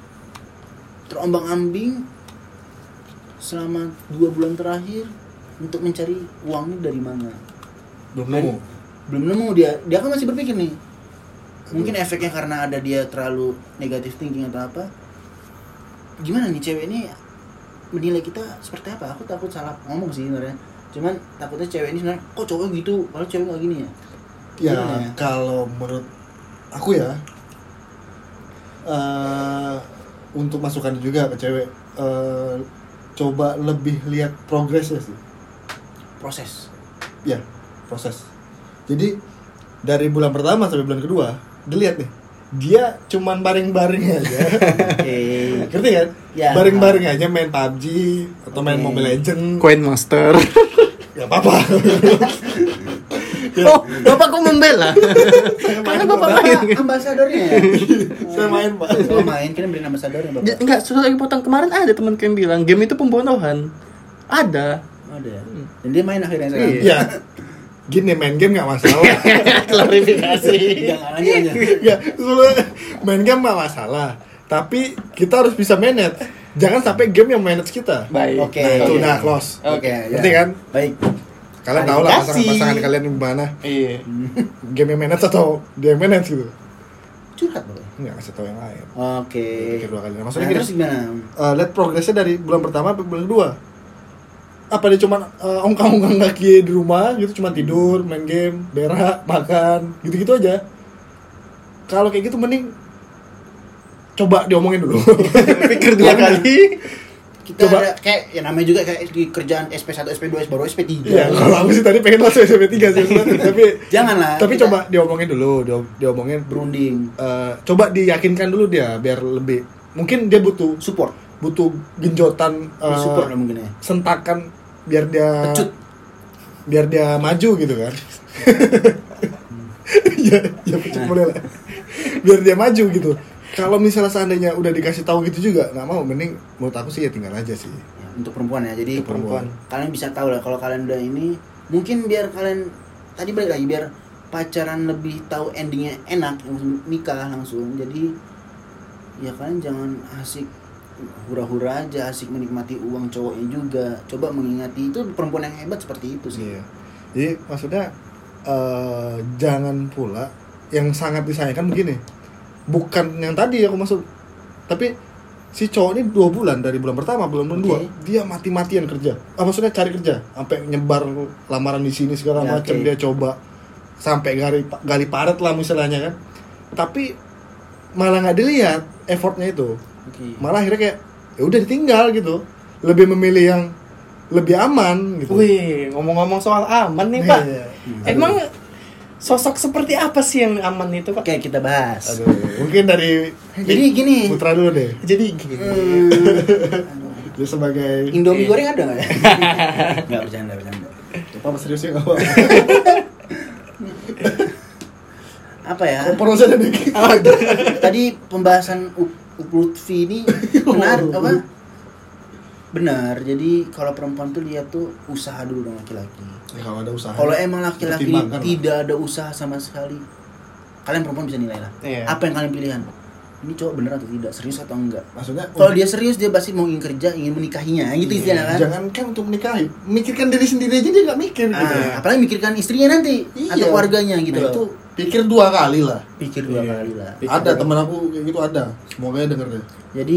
Speaker 1: terombang-ambing selama dua bulan terakhir untuk mencari uangnya dari mana.
Speaker 2: Belum
Speaker 1: Men-
Speaker 2: nemu.
Speaker 1: Belum nemu, dia dia kan masih berpikir nih. Mungkin efeknya karena ada dia terlalu negatif thinking atau apa. Gimana nih cewek ini menilai kita seperti apa? Aku takut salah ngomong sih sebenarnya. Cuman takutnya cewek ini sebenarnya kok cowok gitu, kalau cewek nggak gini ya.
Speaker 2: Ya
Speaker 1: Gimana ya?
Speaker 2: kalau menurut aku ya, eh untuk masukan juga ke cewek, eh coba lebih lihat progresnya sih.
Speaker 1: Proses.
Speaker 2: Ya, proses. Jadi dari bulan pertama sampai bulan kedua, dilihat nih, dia cuman baring-baring aja.
Speaker 1: Oke.
Speaker 2: Ngerti kan?
Speaker 1: Ya.
Speaker 2: Baring-baring aja main P U B G atau main
Speaker 1: Oke.
Speaker 2: Mobile Legend.
Speaker 3: Coin Master.
Speaker 2: Ya apa-apa. Ya,
Speaker 3: Oh, bapak kok membela? Karena bapak main.
Speaker 1: Bapak ambasadornya ya.
Speaker 2: saya main, Pak.
Speaker 1: Oh, main kan brand ambasadornya
Speaker 3: Ja-
Speaker 1: Bapak.
Speaker 3: Enggak, sudah lagi potong kemarin ada teman yang bilang game itu pembodohan. Ada.
Speaker 1: Ada. Dan dia main akhirnya sekarang.
Speaker 3: Iya.
Speaker 2: Ya, gini main game nggak masalah.
Speaker 3: Klarifikasi.
Speaker 1: Jangan aja aja.
Speaker 2: Ya, soalnya main game nggak masalah. Tapi kita harus bisa manage. Jangan sampai game yang manage kita.
Speaker 3: Baik.
Speaker 1: Oke.
Speaker 2: Nah, itu
Speaker 1: Oke.
Speaker 2: udah close.
Speaker 1: Oke,
Speaker 2: Ngerti
Speaker 1: ya.
Speaker 2: kan?
Speaker 1: Baik.
Speaker 2: Kalian tahu lah
Speaker 1: Klarifikasi.
Speaker 2: pasangan-pasangan kalian gimana.
Speaker 3: Iya.
Speaker 2: Game yang manage atau dia yang manage gitu.
Speaker 1: Curhat Bapak.
Speaker 2: Nggak kasih tahu yang lain.
Speaker 1: Oke.
Speaker 2: Pikir dua kali.
Speaker 1: Nah,
Speaker 2: Maksudnya gini,
Speaker 1: terus gimana?
Speaker 2: uh, lihat progresnya dari bulan pertama sampai bulan kedua. Apa dia cuma uh, ongkang-ongkang kaki di rumah gitu, cuma tidur, main game, berak, makan, gitu-gitu aja. Kalau kayak gitu mending coba diomongin dulu.
Speaker 3: Pikir dua
Speaker 2: Iya,
Speaker 3: kali.
Speaker 1: kita
Speaker 2: Coba.
Speaker 1: ada kayak ya namanya juga kayak di kerjaan S P satu, S P dua, baru S P tiga.
Speaker 2: Iya, kalau aku sih tadi pengen langsung S P tiga sih sebenarnya, tapi
Speaker 1: Janganlah.
Speaker 2: tapi
Speaker 1: kita
Speaker 2: coba diomongin dulu, dia diomongin
Speaker 1: berunding,
Speaker 2: eh, coba diyakinkan dulu dia biar lebih mungkin dia butuh
Speaker 1: support.
Speaker 2: butuh genjotan eh,
Speaker 1: support lah mungkin ya.
Speaker 2: sentakan biar dia
Speaker 1: Pecut.
Speaker 2: biar dia maju gitu kan. ya ya pecut
Speaker 1: Nah.
Speaker 2: boleh lah. Biar dia maju gitu. Kalau misalnya seandainya udah dikasih tahu gitu juga nggak mau, mending menurut aku sih ya tinggal aja sih.
Speaker 1: Ya, untuk perempuan ya. Jadi
Speaker 2: Untuk perempuan.
Speaker 1: kalian bisa tahu lah kalau kalian udah ini, mungkin biar kalian tadi balik lagi biar pacaran lebih tahu endingnya enak, langsung nikah langsung. Jadi ya kalian jangan asik hura-hura aja, asik menikmati uang cowoknya juga. Coba mengingati, itu perempuan yang hebat seperti itu sih.
Speaker 2: Iya. Jadi maksudnya eh, jangan pula yang sangat disayangkan begini. Bukan yang tadi aku maksud, tapi si cowok ini dua bulan dari bulan pertama bulan bulan dua
Speaker 1: Oke.
Speaker 2: dia mati-matian kerja. Ah, maksudnya cari kerja, sampai nyebar lamaran di sini segala
Speaker 1: Ya,
Speaker 2: macam
Speaker 1: oke.
Speaker 2: dia coba sampai gali gali paret lah misalnya kan. Tapi malah nggak dilihat effortnya itu.
Speaker 1: Oke.
Speaker 2: Malah akhirnya kayak ya udah ditinggal gitu. Lebih memilih yang lebih aman gitu.
Speaker 3: Wih, ngomong-ngomong soal aman nih Pak.
Speaker 2: Iya.
Speaker 3: Emang sosok seperti apa sih yang aman itu Pak?
Speaker 1: Oke, kita bahas.
Speaker 2: Aduh, mungkin dari
Speaker 1: Jadi gini.
Speaker 2: Putra dulu deh.
Speaker 3: Jadi gini.
Speaker 1: Hmm,
Speaker 2: Dia sebagai
Speaker 1: Indomie goreng ada nggak ya? Nggak, bercanda bercanda.
Speaker 2: apa seriusnya nggak apa?
Speaker 1: Apa ya?
Speaker 2: Kompor aja deh.
Speaker 1: Tadi pembahasan U- U- Lutfi ini benar apa? Benar. Jadi kalau perempuan tuh lihat tuh usaha dulu dong laki-laki.
Speaker 2: Ya, kalau ada usaha.
Speaker 1: Kalau emang laki-laki
Speaker 2: pertimbangkan lah.
Speaker 1: tidak ada usaha sama sekali, kalian perempuan bisa nilai lah.
Speaker 3: Iya.
Speaker 1: Apa yang kalian pilihan? Ini cowok bener atau tidak? Serius atau enggak?
Speaker 2: Maksudnya
Speaker 1: Kalau dia serius dia pasti mau ingin kerja, ingin menikahinya, gitu istilahnya kan?
Speaker 2: jangan kan untuk menikahi, mikirkan diri sendiri aja dia nggak mikir gitu.
Speaker 1: Ah, apalagi mikirkan istrinya nanti
Speaker 2: Iya.
Speaker 1: atau keluarganya gitu
Speaker 2: Nah,
Speaker 1: loh.
Speaker 2: itu pikir dua kali lah.
Speaker 1: Pikir dua
Speaker 3: Iya.
Speaker 1: kali lah.
Speaker 3: Pikir
Speaker 2: Ada
Speaker 3: dua.
Speaker 2: teman aku kayak gitu ada. Semoga ya denger deh.
Speaker 1: Jadi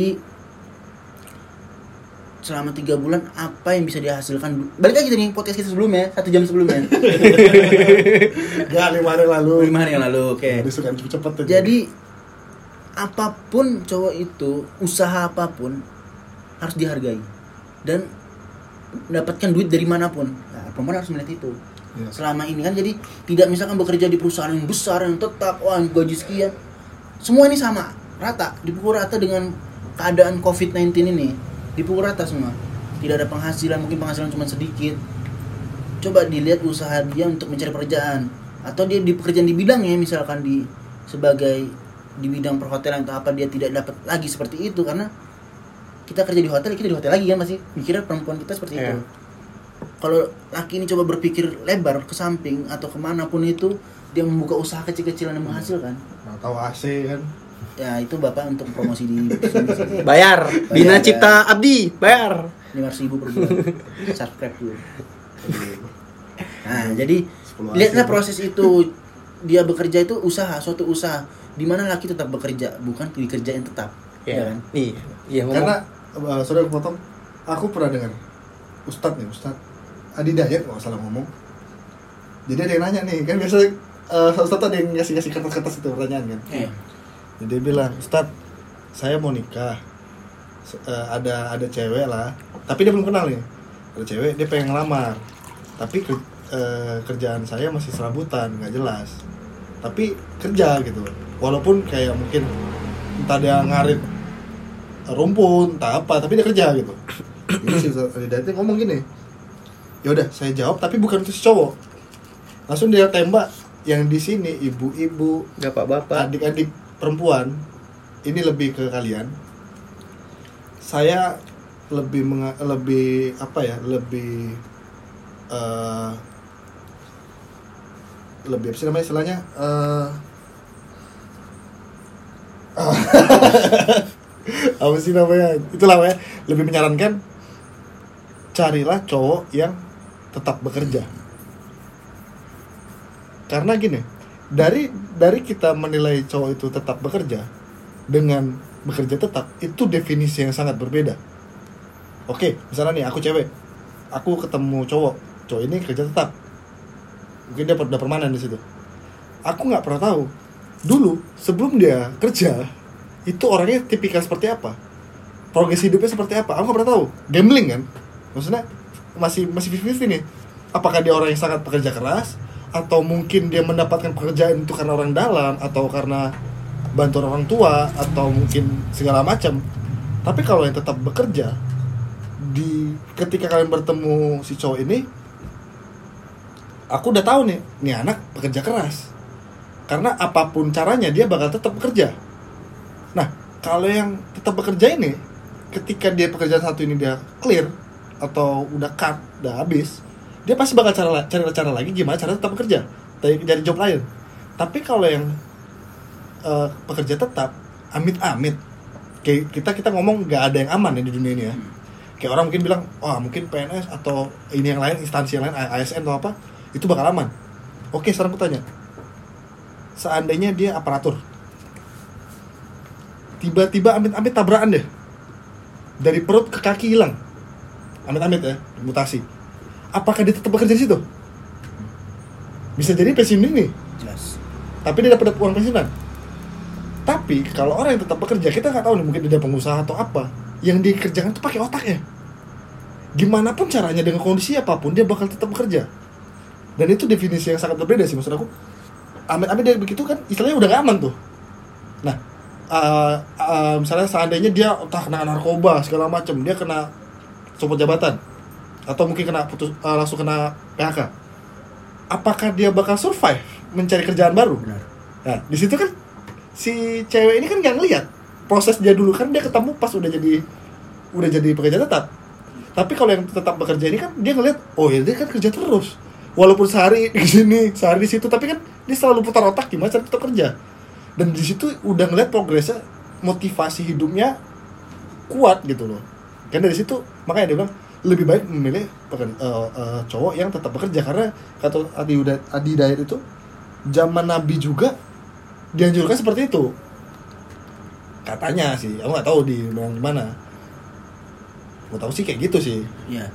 Speaker 1: selama tiga bulan apa yang bisa dihasilkan? Balik lagi nih podcast kita sebelumnya, satu jam sebelumnya.
Speaker 2: Gak lima hari lalu.
Speaker 1: Lima hari yang lalu, oke.
Speaker 2: Dia suka cepet-cepet aja.
Speaker 1: Jadi apapun cowok itu, usaha apapun harus dihargai dan dapatkan duit dari manapun. Nah, perempuan harus melihat itu.
Speaker 2: Iya.
Speaker 1: Selama ini kan jadi tidak misalkan bekerja di perusahaan yang besar yang tetap, wah gaji sekian. Semua ini sama, rata, dipukul rata dengan keadaan covid sembilan belas ini. Dipukul rata semua. Tidak ada penghasilan, mungkin penghasilan cuma sedikit. Coba dilihat usaha dia untuk mencari pekerjaan atau dia di pekerjaan di bidangnya, misalkan di sebagai di bidang perhotelan atau apa, dia tidak dapat lagi seperti itu karena kita kerja di hotel, kita di hotel lagi kan masih mikirnya perempuan kita seperti
Speaker 3: Iya.
Speaker 1: itu. Kalau laki ini coba berpikir lebar ke samping atau kemanapun itu, dia membuka usaha kecil-kecilan yang menghasilkan.
Speaker 2: Nggak tahu A C kan.
Speaker 1: Ya itu bapak untuk promosi di sini.
Speaker 3: Bayar. Bina
Speaker 1: Bayar,
Speaker 3: Cipta Abdi, bayar.
Speaker 1: lima ratus ribu per bulan. Subscribe dulu. Nah, jadi
Speaker 2: sepuluh
Speaker 1: lihatlah
Speaker 2: A C.
Speaker 1: proses itu. Dia bekerja itu usaha, suatu usaha di mana laki tetap bekerja, bukan dikerjain tetap. Ya kan?
Speaker 3: Iya. Iya, ngomong.
Speaker 2: Karena uh, sorry aku potong. Aku pernah dengar Ustadz nih, Ustadz Adi Dayat nggak salah ngomong. Jadi ada yang nanya nih, kan biasa uh, Ustadz ada yang ngasih-ngasih kertas-kertas itu pertanyaan kan.
Speaker 1: Iya.
Speaker 2: Jadi dia bilang, Ustadz, saya mau nikah. S- uh, ada ada cewek lah, tapi dia belum kenal nih. Ada cewek, dia pengen ngelamar. Tapi ke- uh, kerjaan saya masih serabutan, nggak jelas. Tapi kerja gitu. Walaupun kayak mungkin entah dia ngarit rumput, entah apa, tapi dia kerja gitu. Jadi si Ustadz ngomong gini, ya udah saya jawab, tapi bukan untuk si cowok. Langsung dia tembak yang di sini ibu-ibu,
Speaker 3: Bapak-bapak.
Speaker 2: adik-adik perempuan, ini lebih ke kalian. Saya lebih menga- lebih apa ya, lebih eh, lebih apa sih namanya istilahnya? Eh, apa sih namanya? Itulah ya, lebih menyarankan carilah cowok yang tetap bekerja. Karena gini, dari dari kita menilai cowok itu tetap bekerja dengan bekerja tetap, itu definisi yang sangat berbeda. Oke, misalnya nih aku cewek, aku ketemu cowok, cowok ini kerja tetap, mungkin dia udah permanen di situ. Aku nggak pernah tahu dulu sebelum dia kerja itu orangnya tipikal seperti apa. progres hidupnya seperti apa. Aku nggak pernah tahu. Gambling kan, maksudnya masih masih fifty fifty nih. Apakah dia orang yang sangat pekerja keras, atau mungkin dia mendapatkan pekerjaan itu karena orang dalam, atau karena bantuan orang tua, atau mungkin segala macam. Tapi kalau yang tetap bekerja, di ketika kalian bertemu si cowok ini, aku udah tahu nih, nih anak pekerja keras. Karena apapun caranya dia bakal tetap bekerja. Nah, kalau yang tetap bekerja ini, ketika dia pekerjaan satu ini dia clear atau udah cut, udah habis, dia pasti bakal cara, cari cara lagi gimana cara tetap bekerja, dari dari job lain. Tapi kalau yang uh, pekerja tetap, amit-amit, kayak kita kita ngomong nggak ada yang aman ya di dunia ini ya. Kayak orang mungkin bilang, wah mungkin P N S atau ini yang lain, instansi yang lain, A S N atau apa, itu bakal aman. Oke, sekarang aku tanya, seandainya dia aparatur, tiba-tiba amit-amit tabrakan deh, dari perut ke kaki hilang, amit-amit ya, mutasi. Apakah dia tetap bekerja di situ? Bisa jadi pensiun ini,
Speaker 1: Jelas.
Speaker 2: tapi dia dapat uang pensiunan. Tapi kalau orang yang tetap bekerja, kita nggak tahu nih, mungkin dia pengusaha atau apa, yang dikerjakan itu pakai otaknya. Gimana pun caranya, dengan kondisi apapun dia bakal tetap bekerja. Dan itu definisi yang sangat berbeda sih maksud aku. Amit-amit dia begitu kan, istilahnya udah nggak aman tuh. Nah, uh, uh, misalnya seandainya dia entah kena narkoba segala macam, dia kena copot jabatan, atau mungkin kena putus, uh, langsung kena P H K. Apakah dia bakal survive mencari kerjaan baru?
Speaker 1: Benar.
Speaker 2: Nah, di situ kan si cewek ini kan nggak ngelihat proses dia dulu, kan dia ketemu pas udah jadi udah jadi pekerja tetap. Tapi kalau yang tetap bekerja ini kan dia ngelihat, oh ya dia kan kerja terus, walaupun sehari di sini, sehari di situ, tapi kan dia selalu putar otak gimana cara tetap kerja. Dan di situ udah ngelihat progresnya, motivasi hidupnya kuat gitu loh. Kan dari situ makanya dia bilang lebih baik memilih pekerja, uh, uh, cowok yang tetap bekerja, karena kata Adi Adi Dayat itu zaman Nabi juga dianjurkan seperti itu. Katanya sih, aku nggak tahu di mana. Aku tahu sih kayak gitu sih.
Speaker 1: Ya.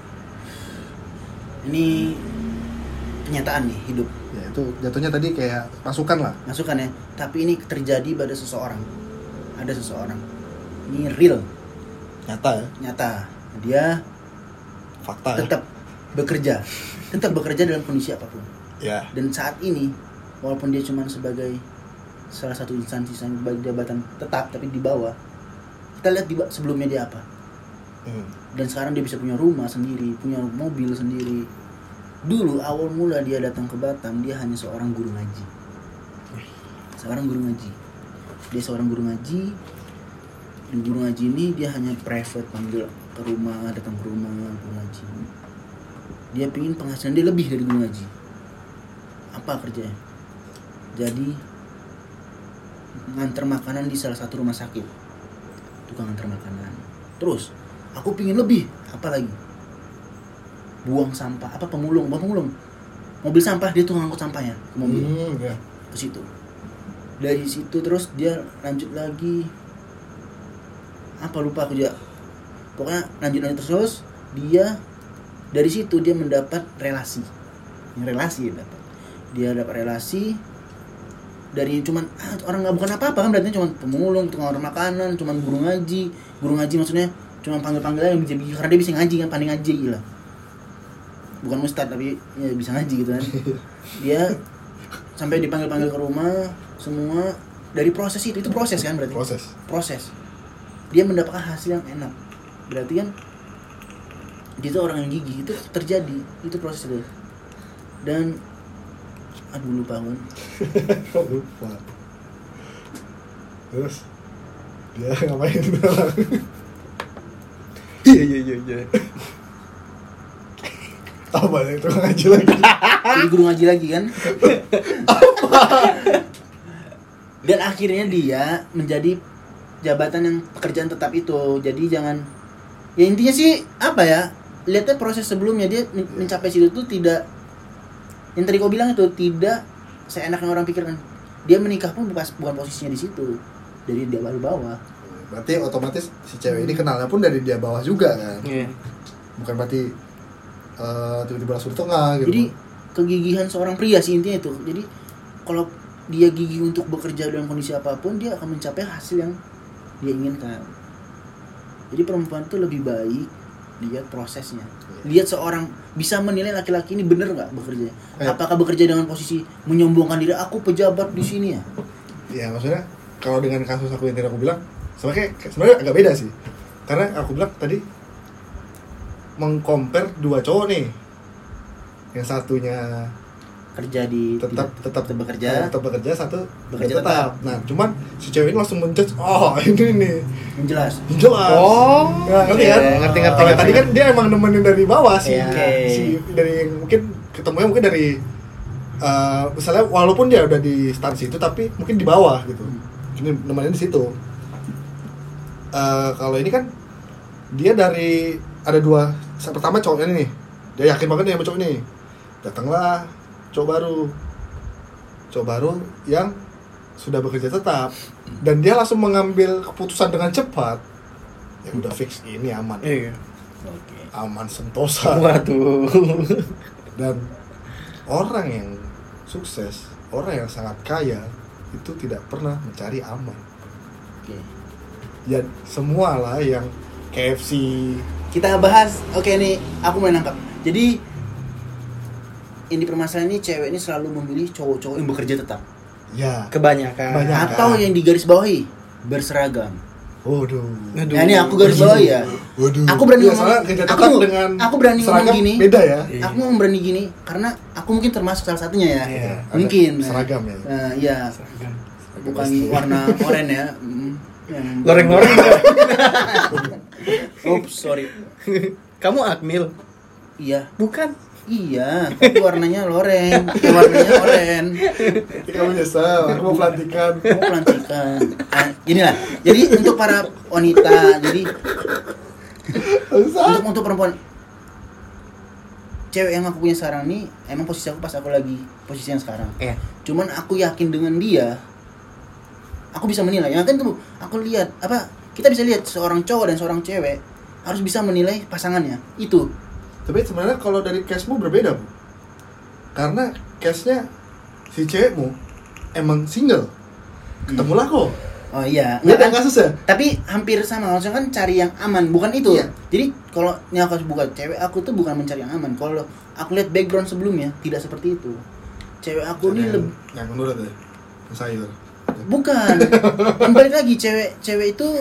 Speaker 1: Ini kenyataan nih hidup.
Speaker 2: Ya itu jatuhnya tadi kayak masukan lah.
Speaker 1: Masukan ya. Tapi ini terjadi pada seseorang. Ada seseorang. Ini real,
Speaker 2: Nyata ya.
Speaker 1: nyata. Dia
Speaker 2: Fakta ya.
Speaker 1: tetap bekerja, tetap bekerja dalam kondisi apapun.
Speaker 2: Ya.
Speaker 1: Dan saat ini, walaupun dia cuma sebagai salah satu instansi sebagai jabatan tetap, tapi di bawah, kita lihat di ba- sebelumnya dia apa.
Speaker 2: Hmm.
Speaker 1: Dan sekarang dia bisa punya rumah sendiri, punya mobil sendiri. Dulu awal mula dia datang ke Batam, dia hanya seorang guru ngaji. Seorang guru ngaji. Dia seorang guru ngaji. Dan guru ngaji ini dia hanya private, panggil ke rumah, datang ke rumah guru ngaji. Dia pingin penghasilan dia lebih dari guru ngaji. Apa kerjanya? Jadi nganter makanan di salah satu rumah sakit, tukang nganter makanan. Terus aku pingin lebih, apa lagi? Buang sampah, apa pemulung, buang pemulung. Mobil sampah, dia tuh ngangkut sampahnya ke mobil.
Speaker 2: Hmm, ya.
Speaker 1: Ke situ. Dari situ terus dia lanjut lagi. Apa lupa aku juga. Pokoknya lanjut lanjut terus, dia dari situ dia mendapat relasi. Relasi dia dapat. Dia dapat relasi dari cuman ah, orang nggak bukan apa-apa kan, berarti cuman pemulung, tukang order makanan, cuman guru ngaji. Guru ngaji maksudnya cuman panggil-panggil aja bisa, karena dia bisa ngaji kan, pandai ngaji gila. Bukan ustadz tapi ya bisa ngaji gitu kan. Dia sampai dipanggil-panggil ke rumah semua, dari proses itu, itu proses kan berarti.
Speaker 2: Proses.
Speaker 1: Proses. Dia mendapatkan hasil yang enak. Berarti kan dia itu orang yang gigih, itu terjadi, itu proses itu. Dan aduh lupa aku.
Speaker 2: Lupa. Terus dia ngapain sekarang?
Speaker 3: Iya iya iya iya.
Speaker 2: Apa ya, itu ngaji lagi?
Speaker 1: Jadi guru ngaji lagi kan. Dan akhirnya dia menjadi jabatan yang pekerjaan tetap itu. Jadi jangan, ya intinya sih apa ya, lihatnya proses sebelumnya dia men- mencapai situ tuh tidak, yang tadi kau bilang itu tidak seenaknya orang pikirkan. Dia menikah pun bukan bukan posisinya di situ, dari dia baru bawah.
Speaker 2: Berarti otomatis si cewek ini kenalnya pun dari dia bawah juga kan?
Speaker 3: Iya.
Speaker 2: Bukan berarti uh, tiba-tiba langsung di tengah gitu.
Speaker 1: Jadi kegigihan seorang pria sih intinya itu. Jadi kalau dia gigih untuk bekerja dalam kondisi apapun, dia akan mencapai hasil yang dia inginkan. Jadi perempuan tuh lebih baik lihat prosesnya, lihat seorang bisa menilai laki-laki ini bener nggak bekerja,
Speaker 2: Eh.
Speaker 1: apakah bekerja dengan posisi menyombongkan diri, aku pejabat di sini ya.
Speaker 2: Ya maksudnya kalau dengan kasus aku yang tadi aku bilang sebenarnya sebenarnya agak beda sih, karena aku bilang tadi mengcompare dua cowok nih, yang satunya
Speaker 1: Kerja di
Speaker 2: tetap tetap
Speaker 1: tetap bekerja,
Speaker 2: eh, tetap bekerja, satu
Speaker 1: Bekerja
Speaker 2: bekerja tetap.
Speaker 1: tetap.
Speaker 2: Nah cuman si cewek ini langsung menjudge, oh ini nih
Speaker 1: menjelas.
Speaker 2: jelas.
Speaker 3: Oh,
Speaker 2: Nah, ngerti kan?
Speaker 3: iya, ngerti, ngerti,
Speaker 2: Kalau
Speaker 3: ngerti.
Speaker 2: tadi kan dia emang nemenin dari bawah sih,
Speaker 3: Iya.
Speaker 1: Oke.
Speaker 2: si dari mungkin ketemunya mungkin dari eh, misalnya walaupun dia udah di instansi itu tapi mungkin di bawah gitu. Ini nemenin di situ. Eh, kalau ini kan dia dari ada dua, pertama cowoknya nih, dia yakin banget nih sama cowok ini. Datanglah cowok baru, cowok baru yang sudah bekerja tetap, dan dia langsung mengambil keputusan dengan cepat. Ya udah fix ini aman,
Speaker 3: Iya.
Speaker 1: Oke.
Speaker 2: aman sentosa.
Speaker 3: Waduh.
Speaker 2: Dan orang yang sukses, orang yang sangat kaya itu tidak pernah mencari aman.
Speaker 1: Oke.
Speaker 2: Ya semua lah yang K F C.
Speaker 1: Kita bahas. Oke nih, aku mau nangkap. Jadi ini permasalahan ini, cewek ini selalu memilih cowok-cowok yang bekerja tetap
Speaker 2: Ya.
Speaker 3: Kebanyakan.
Speaker 2: Banyak.
Speaker 1: atau yang digarisbawahi berseragam.
Speaker 2: Waduh.
Speaker 3: Aduh.
Speaker 1: Nah, ini aku garis bawahi ya.
Speaker 2: Waduh.
Speaker 1: Aku berani
Speaker 2: Ya,
Speaker 1: ngomong.
Speaker 2: soalnya kerja
Speaker 1: Aku,
Speaker 2: tetap dengan
Speaker 1: aku berani ngomong
Speaker 2: seragam
Speaker 1: gini.
Speaker 2: beda ya.
Speaker 3: Iya.
Speaker 1: Aku ngomong berani gini karena aku mungkin termasuk salah satunya ya.
Speaker 3: Iya,
Speaker 2: ada
Speaker 1: Mungkin.
Speaker 2: seragam ya.
Speaker 1: Nah, iya. Bukan warna oranye ya. Mm, yang
Speaker 3: Loreng-loreng.
Speaker 1: Oops, sorry.
Speaker 3: Kamu Akmil?
Speaker 1: Iya.
Speaker 3: Bukan.
Speaker 1: Iya, tapi warnanya loreng, eh, warnanya oranye.
Speaker 2: Kamu nyesel, aku mau pelantikan.
Speaker 1: Mau pelantikan. Ah, inilah. Jadi untuk para wanita, jadi untuk untuk perempuan, cewek yang aku punya sekarang nih, emang posisi aku pas aku lagi posisi yang sekarang.
Speaker 3: Iya.
Speaker 1: Cuman aku yakin dengan dia, aku bisa menilai. Ya kan tuh, aku lihat apa? Kita bisa lihat seorang cowok dan seorang cewek harus bisa menilai pasangannya. Itu.
Speaker 2: Tapi sebenarnya kalau dari case-mu berbeda, Bu. Karena case-nya si cewekmu emang single. Ketemulah kok.
Speaker 1: Oh iya.
Speaker 2: Lihat
Speaker 1: Nggak
Speaker 2: yang
Speaker 1: kan?
Speaker 2: kasusnya.
Speaker 1: Tapi hampir sama, maksudnya kan cari yang aman, bukan itu.
Speaker 2: Iya.
Speaker 1: Jadi kalau ini aku buka cewek aku tuh bukan mencari yang aman. Kalau aku lihat background sebelumnya tidak seperti itu. Cewek aku ini
Speaker 2: yang,
Speaker 1: lebih
Speaker 2: yang menurut ya, yang sayur.
Speaker 1: bukan. Kembali lagi cewek cewek itu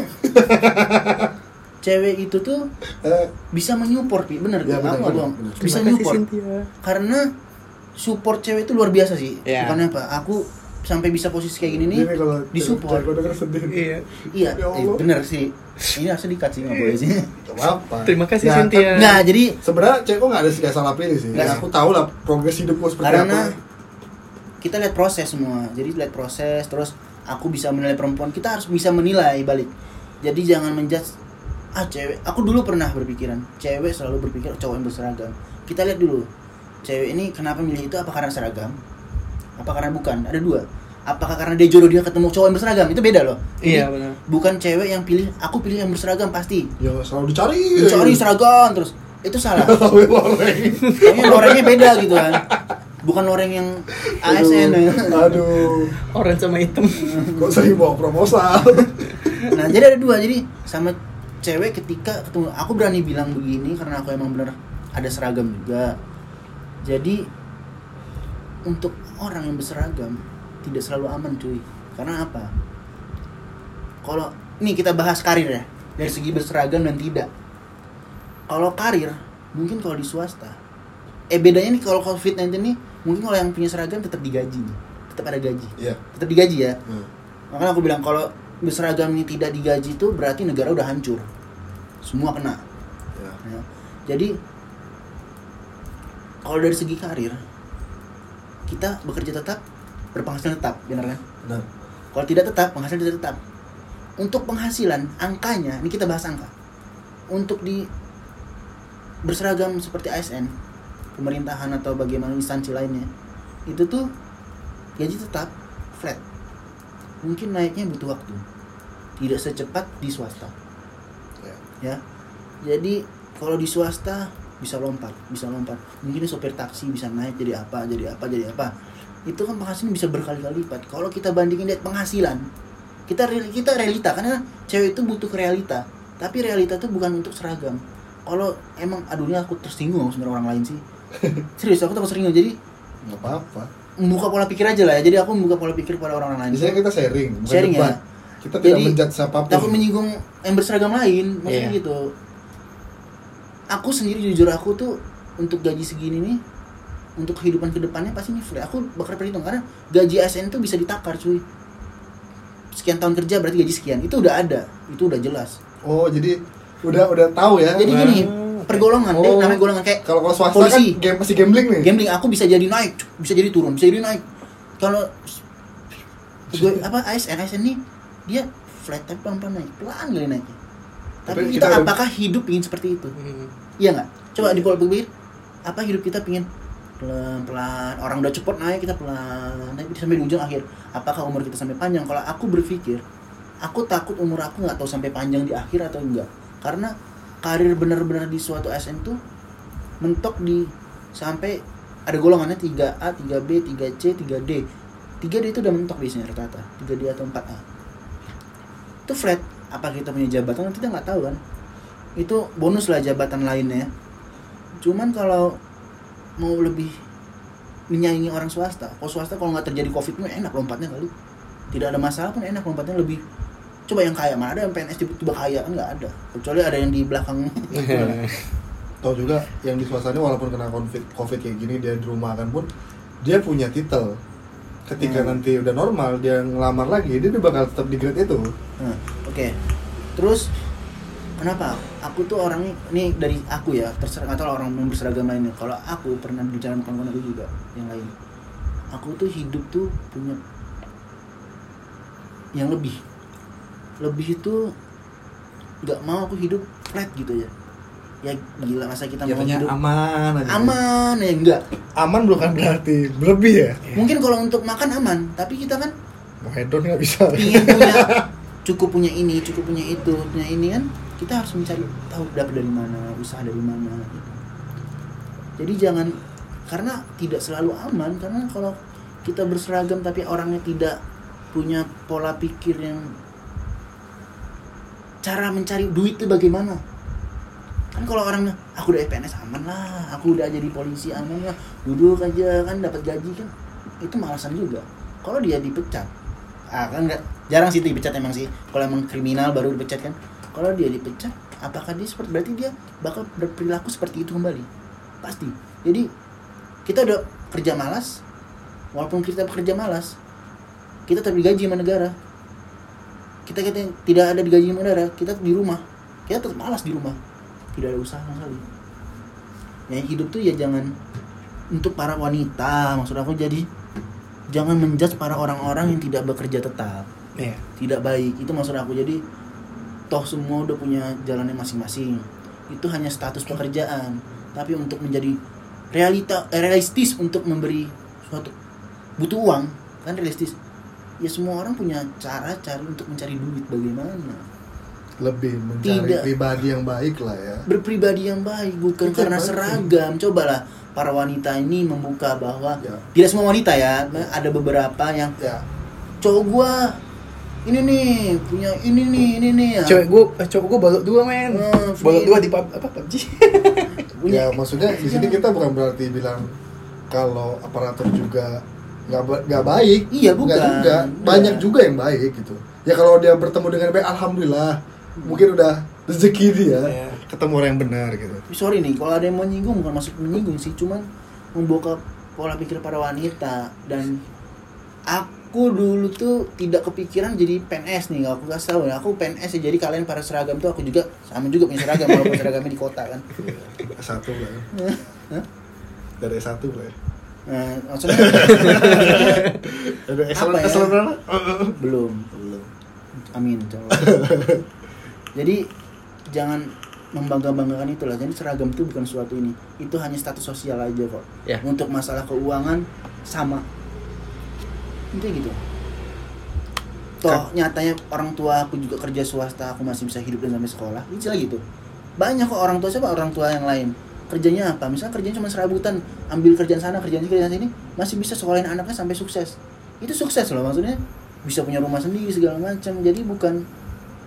Speaker 1: cewek itu tuh
Speaker 2: Eh,
Speaker 1: bisa menyupport, Pi. Bener
Speaker 2: Ya,
Speaker 1: gak?
Speaker 2: bener,
Speaker 1: Aku nggak
Speaker 2: bener,
Speaker 1: bohong.
Speaker 2: bener.
Speaker 1: Bisa
Speaker 3: Terima kasih,
Speaker 1: nyupport.
Speaker 3: Cynthia.
Speaker 1: Karena support cewek itu luar biasa sih.
Speaker 3: Iya.
Speaker 1: Bukannya apa? Aku sampai bisa posisi kayak gini nih
Speaker 2: ini kalau
Speaker 1: disupport.
Speaker 2: Gue denger sedih.
Speaker 3: Iya.
Speaker 1: Iya,
Speaker 2: Ya
Speaker 1: eh,
Speaker 2: Allah.
Speaker 1: bener sih. Ini harusnya dikat sih, nggak boleh sih.
Speaker 2: Gak apa-apa.
Speaker 3: Terima kasih,
Speaker 2: Ya,
Speaker 3: Cynthia.
Speaker 1: Nah, jadi
Speaker 2: Sebenarnya cewek nggak ada nggak salah pilih sih.
Speaker 1: Nggak
Speaker 2: Ya,
Speaker 1: sih.
Speaker 2: aku tahu lah progres hidupku seperti
Speaker 1: karena
Speaker 2: apa.
Speaker 1: kita lihat proses semua. Jadi lihat proses, terus aku bisa menilai perempuan. Kita harus bisa menilai balik. Jadi jangan menjudge ah cewek. Aku dulu pernah berpikiran cewek selalu berpikir cowok yang berseragam. Kita lihat dulu cewek ini kenapa milih itu, apa karena seragam, apa karena bukan. Ada dua. Apakah karena dia jodoh dia ketemu cowok yang berseragam, itu beda loh. Jadi,
Speaker 3: Iya, benar.
Speaker 1: bukan cewek yang pilih aku pilih yang berseragam pasti.
Speaker 2: Ya selalu dicari.
Speaker 1: Cari seragam terus. Itu salah.
Speaker 2: Tahu loreng.
Speaker 1: Tapi lorengnya beda gitu kan. Bukan loreng yang A S N.
Speaker 2: Aduh, aduh.
Speaker 3: Orange sama hitam.
Speaker 2: Kok sering bawa proposal?
Speaker 1: Nah, jadi ada dua. Jadi sama cewek ketika ketemu, aku berani bilang begini karena aku emang bener ada seragam juga. Jadi untuk orang yang berseragam tidak selalu aman, cuy. Karena apa? Kalau nih kita bahas karir ya, dari segi berseragam dan tidak. Kalau karir, mungkin kalau di swasta. Eh bedanya nih kalau covid sembilan belas nih, mungkin kalau yang punya seragam tetap digaji nih. Tetap ada gaji.
Speaker 2: Iya.
Speaker 1: Tetap digaji ya.
Speaker 2: Hmm.
Speaker 1: Makanya aku bilang kalau berseragam ini tidak digaji itu berarti negara udah hancur. Semua kena.
Speaker 2: Ya.
Speaker 1: Ya. Jadi kalau dari segi karir, kita bekerja tetap, berpenghasilan tetap, benar kan?
Speaker 2: Benar.
Speaker 1: Kalau tidak tetap, penghasilan tidak tetap. Untuk penghasilan, angkanya, ini kita bahas angka. Untuk di berseragam seperti A S N, pemerintahan atau bagaimana instansi lainnya, itu tuh gaji tetap, flat. Mungkin naiknya butuh waktu. Tidak secepat di swasta.
Speaker 2: Ya.
Speaker 1: Ya. Jadi kalau di swasta bisa lompat, bisa lompat. Mungkin sopir taksi bisa naik jadi apa, jadi apa, jadi apa. Itu kan penghasilan bisa berkali-kali lipat. Kalau kita bandingin lihat penghasilan, kita kita realita karena cewek itu butuh realita. Tapi realita tuh bukan untuk seragam. Kalau emang aduhnya aku tersinggung sebenarnya orang lain sih. Serius aku takut tersinggung. Jadi
Speaker 2: nggak apa-apa.
Speaker 1: Membuka pola pikir aja lah ya. Jadi aku membuka pola pikir pada orang-orang lain.
Speaker 2: Biasanya kita sharing, bukan
Speaker 1: Sharing ya.
Speaker 2: debat. Kita tidak
Speaker 1: Jadi,
Speaker 2: menjudge siapapun.
Speaker 1: takut menyinggung yang berseragam lain, maksudnya
Speaker 3: Iya.
Speaker 1: gitu. Aku sendiri jujur aku tuh untuk gaji segini nih, untuk kehidupan kedepannya pasti nih flat. Aku bakal perhitung karena gaji A S N tuh bisa ditakar cuy. Sekian tahun kerja berarti gaji sekian. Itu udah ada, itu udah jelas.
Speaker 2: Oh, jadi udah udah tahu ya.
Speaker 1: Jadi gini,
Speaker 3: oke.
Speaker 1: pergolongan deh,
Speaker 2: Oh.
Speaker 1: namanya golongan kayak
Speaker 2: Kalau kalau swasta
Speaker 1: polisi.
Speaker 2: kan game masih gambling nih.
Speaker 1: Gambling aku bisa jadi naik, bisa jadi turun, bisa jadi naik. Kalau gue apa A S N A S N nih dia flat tapi pelan-pelan naik, pelan kali naiknya. Tapi,
Speaker 2: Tapi
Speaker 1: kita,
Speaker 2: kita-
Speaker 1: apakah hidup ingin seperti itu?
Speaker 3: Hmm.
Speaker 1: Iya nggak? Coba di pola pikir, apa hidup kita pingin pelan-pelan, orang udah cepet naik kita pelan, naik sampai di ujung akhir. Apakah umur kita sampai panjang? Kalau aku berpikir, aku takut umur aku nggak tahu sampai panjang di akhir atau enggak. Karena karir benar-benar di suatu A S N tuh mentok di sampai ada golongannya tiga A, tiga B, tiga C, tiga D. tiga D itu udah mentok biasanya rata-rata, tiga D atau empat A. Itu flat. Apa kita punya jabatan? Kita nggak tahu kan. Itu bonus lah jabatan lainnya. Cuman kalau mau lebih menyaingi orang swasta, kalau swasta kalau nggak terjadi covid mah enak lompatnya kali. Tidak ada masalah pun enak lompatnya lebih. Coba yang kaya, mana ada yang P N S tiba-tiba kaya, kan nggak ada. Kecuali ada yang di belakang.
Speaker 2: Tahu juga yang di swastanya walaupun kena covid covid kayak gini dia dirumahkan pun dia punya titel. Ketika
Speaker 1: Hmm.
Speaker 2: nanti udah normal dia ngelamar lagi dia, dia bakal tetap di grade itu.
Speaker 1: Nah, oke. Terus kenapa? Aku tuh orangnya ini dari aku ya, terserah atau orang yang berseragam lainnya. Kalau aku pernah bicara sama kawan aku juga yang lain. Aku tuh hidup tuh punya yang lebih. Lebih itu nggak mau aku hidup flat gitu ya. Ya gila masa kita mau
Speaker 2: Jatuhnya
Speaker 1: hidup
Speaker 2: aman aja.
Speaker 1: aman ya enggak.
Speaker 2: Aman bukan berarti berlebih ya.
Speaker 1: Mungkin kalau untuk makan aman, tapi kita kan
Speaker 2: Mau hedon nggak bisa.
Speaker 1: ingin punya cukup punya ini, cukup punya itu, punya ini kan kita harus mencari tahu dapat dari mana, usaha dari mana gitu. Jadi jangan karena tidak selalu aman karena kalau kita berseragam tapi orangnya tidak punya pola pikir yang cara mencari duit itu bagaimana? Kan kalau orangnya aku udah P N S aman lah, aku udah jadi polisi aman lah, duduk aja kan dapat gaji kan itu malasan juga. Kalau dia dipecat, ah kan nggak jarang sih dipecat emang sih. Kalau emang kriminal baru dipecat kan. Kalau dia dipecat, apakah dia seperti berarti dia bakal berperilaku seperti itu kembali? Pasti. Jadi kita udah kerja malas, walaupun kita bekerja malas, kita tetap digaji sama negara. Kita kita tidak ada digaji sama negara, kita di rumah, kita tetap malas di rumah, tidak ada usaha sama sekali. Ya hidup tuh ya jangan untuk para wanita, maksud aku jadi jangan menjudge para orang-orang yang tidak bekerja tetap.
Speaker 3: Iya.
Speaker 1: Tidak baik itu maksud aku. Jadi toh semua udah punya jalannya masing-masing, itu hanya status pekerjaan. Tapi untuk menjadi realita eh, realistis untuk memberi suatu butuh uang kan realistis ya semua orang punya cara cari untuk mencari duit bagaimana
Speaker 2: Lebih mencari
Speaker 1: Tidak.
Speaker 2: pribadi yang baik lah ya.
Speaker 1: berpribadi yang baik bukan
Speaker 2: Itu
Speaker 1: karena
Speaker 2: yang penting.
Speaker 1: seragam. Cobalah para wanita ini membuka bahwa
Speaker 2: Ya.
Speaker 1: tidak semua wanita ya, ada beberapa yang
Speaker 2: Ya.
Speaker 1: cowok gua ini nih punya ini nih ini nih ya.
Speaker 3: Cowok gue, eh, cowok gue balok dua men,
Speaker 1: Oh,
Speaker 3: balok
Speaker 1: free.
Speaker 3: dua di pub, apa P U B G.
Speaker 2: Ya maksudnya di sini kita bukan berarti bilang kalau aparatur juga nggak ba- nggak baik.
Speaker 1: Iya, bukan.
Speaker 2: Nggak juga. Banyak
Speaker 1: Iya.
Speaker 2: juga yang baik gitu. Ya kalau dia bertemu dengan baik, alhamdulillah. Mungkin udah rezeki dia
Speaker 3: Iya.
Speaker 2: ketemu orang yang benar gitu.
Speaker 1: Sorry nih kalau ada yang menyinggung, bukan maksud menyinggung sih, cuman membuka pola pikir para wanita. Dan aku dulu tuh tidak kepikiran jadi P N S nih, aku kasih tahu ya, aku P N S ya, jadi kalian para seragam tuh aku juga sama juga punya seragam walaupun seragamnya di kota kan.
Speaker 2: S satu lah ya.
Speaker 1: Hah?
Speaker 2: Dari S satu lah ya.
Speaker 1: Nah, maksudnya
Speaker 2: Ada eselon
Speaker 1: Apa ya?
Speaker 2: eselon berapa?
Speaker 1: belum,
Speaker 2: Belum.
Speaker 1: amin. Coba. Jadi jangan membangga-banggakan itulah. Jadi seragam itu bukan suatu ini, itu hanya status sosial aja kok.
Speaker 3: Ya.
Speaker 1: Untuk masalah keuangan sama. Itu gitu. Toh nyatanya orang tua aku juga kerja swasta, aku masih bisa hidup dan sampai sekolah. Istilah gitu. Banyak kok orang tua, siapa orang tua yang lain kerjanya apa? Misalnya kerjanya cuma serabutan, ambil kerjaan sana, kerjaan sini, kerjaan sini, masih bisa sekolahin anaknya sampai sukses. Itu sukses loh, maksudnya bisa punya rumah sendiri segala macam. Jadi bukan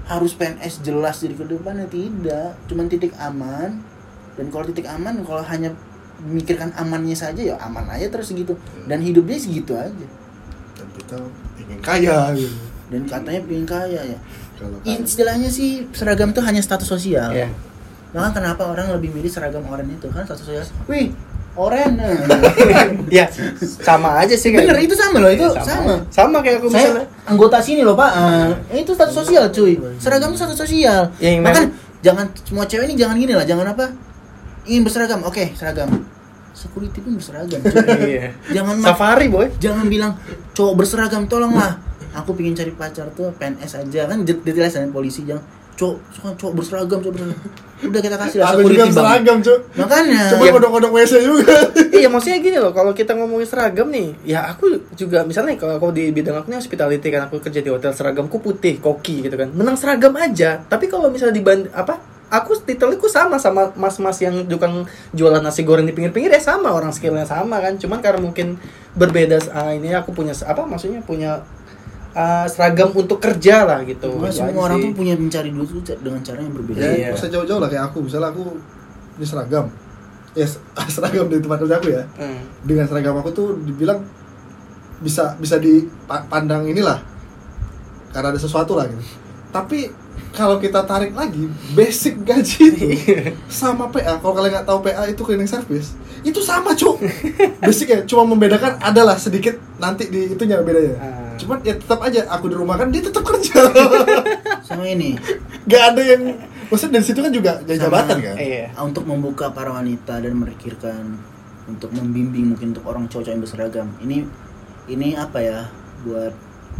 Speaker 1: harus P N S jelas dari kedepannya, tidak, cuman titik aman. Dan kalau titik aman, kalau hanya memikirkan amannya saja ya aman aja terus segitu, dan hidupnya segitu aja.
Speaker 2: Dan kita ingin kaya gitu.
Speaker 1: Dan katanya pengen kaya ya.
Speaker 2: Kalau kaya.
Speaker 1: Istilahnya sih seragam tuh hanya status sosial.
Speaker 3: Iya.
Speaker 1: Maka kenapa orang lebih milih seragam oranye itu kan status sosial. Wih, oranye.
Speaker 3: Ya, sama aja sih kayak.
Speaker 1: Bener, itu sama loh, itu
Speaker 3: Iya,
Speaker 1: sama.
Speaker 3: Sama kayak aku misalnya.
Speaker 1: Saya anggota sini loh Pak. Uh, itu status sosial cuy. Seragam itu status sosial.
Speaker 3: Ya, yang
Speaker 1: Maka
Speaker 3: memang-
Speaker 1: jangan semua cewek ini jangan gini lah, jangan apa? Ingin berseragam, oke seragam. Security pun berseragam. Cuy.
Speaker 3: Iya.
Speaker 1: Jangan ma-
Speaker 3: Safari boy.
Speaker 1: jangan bilang cowok berseragam, tolonglah. Aku pingin cari pacar tuh P N S aja kan, detailnya sama polisi jangan cowok cowok berseragam, cowok berseragam. Udah kita kasih lah
Speaker 2: Aku juga
Speaker 1: security bang.
Speaker 2: seragam, Cuk.
Speaker 1: Makanya.
Speaker 2: Coba
Speaker 3: Ya.
Speaker 2: kodok-kodok W C juga.
Speaker 3: Iya, maksudnya gini loh, kalau kita ngomongin seragam nih, ya aku juga misalnya kalau aku di bidang aku nih hospitality kan, aku kerja di hotel, seragamku putih, koki gitu kan. Menang seragam aja. Tapi kalau misalnya diband apa? Aku titelku sama sama mas-mas yang tukang jualan nasi goreng di pinggir-pinggir ya sama, orang skillnya sama kan. Cuman karena mungkin berbeda ah, ini aku punya apa maksudnya punya ah, seragam untuk kerja lah gitu.
Speaker 1: Cuma
Speaker 3: Itu aja
Speaker 1: semua orang
Speaker 3: sih.
Speaker 1: tuh punya mencari duit tuh dengan cara yang berbeda.
Speaker 2: Ya,
Speaker 3: Iya.
Speaker 2: masa jauh-jauh lah kayak aku, misalnya aku di seragam. Ya, yes, seragam di tempat kerja aku ya.
Speaker 3: Hmm.
Speaker 2: Dengan seragam aku tuh dibilang bisa bisa dipandang inilah karena ada sesuatu lah gitu. Tapi kalau kita tarik lagi basic gaji itu sama P A. Kalau kalian nggak tahu P A itu cleaning service, itu sama Cuk. Basic ya, cuma membedakan adalah sedikit nanti di itunya bedanya.
Speaker 3: Ah.
Speaker 2: Cuman ya tetap aja aku di rumah kan dia tetap kerja.
Speaker 1: Sama ini.
Speaker 2: Gak ada yang maksudnya dari situ kan juga jadi
Speaker 1: Sama-
Speaker 2: jabatan kan.
Speaker 3: Iya.
Speaker 1: Untuk membuka para wanita dan memikirkan, untuk membimbing mungkin untuk orang cowok yang berseragam. Ini ini apa ya, buat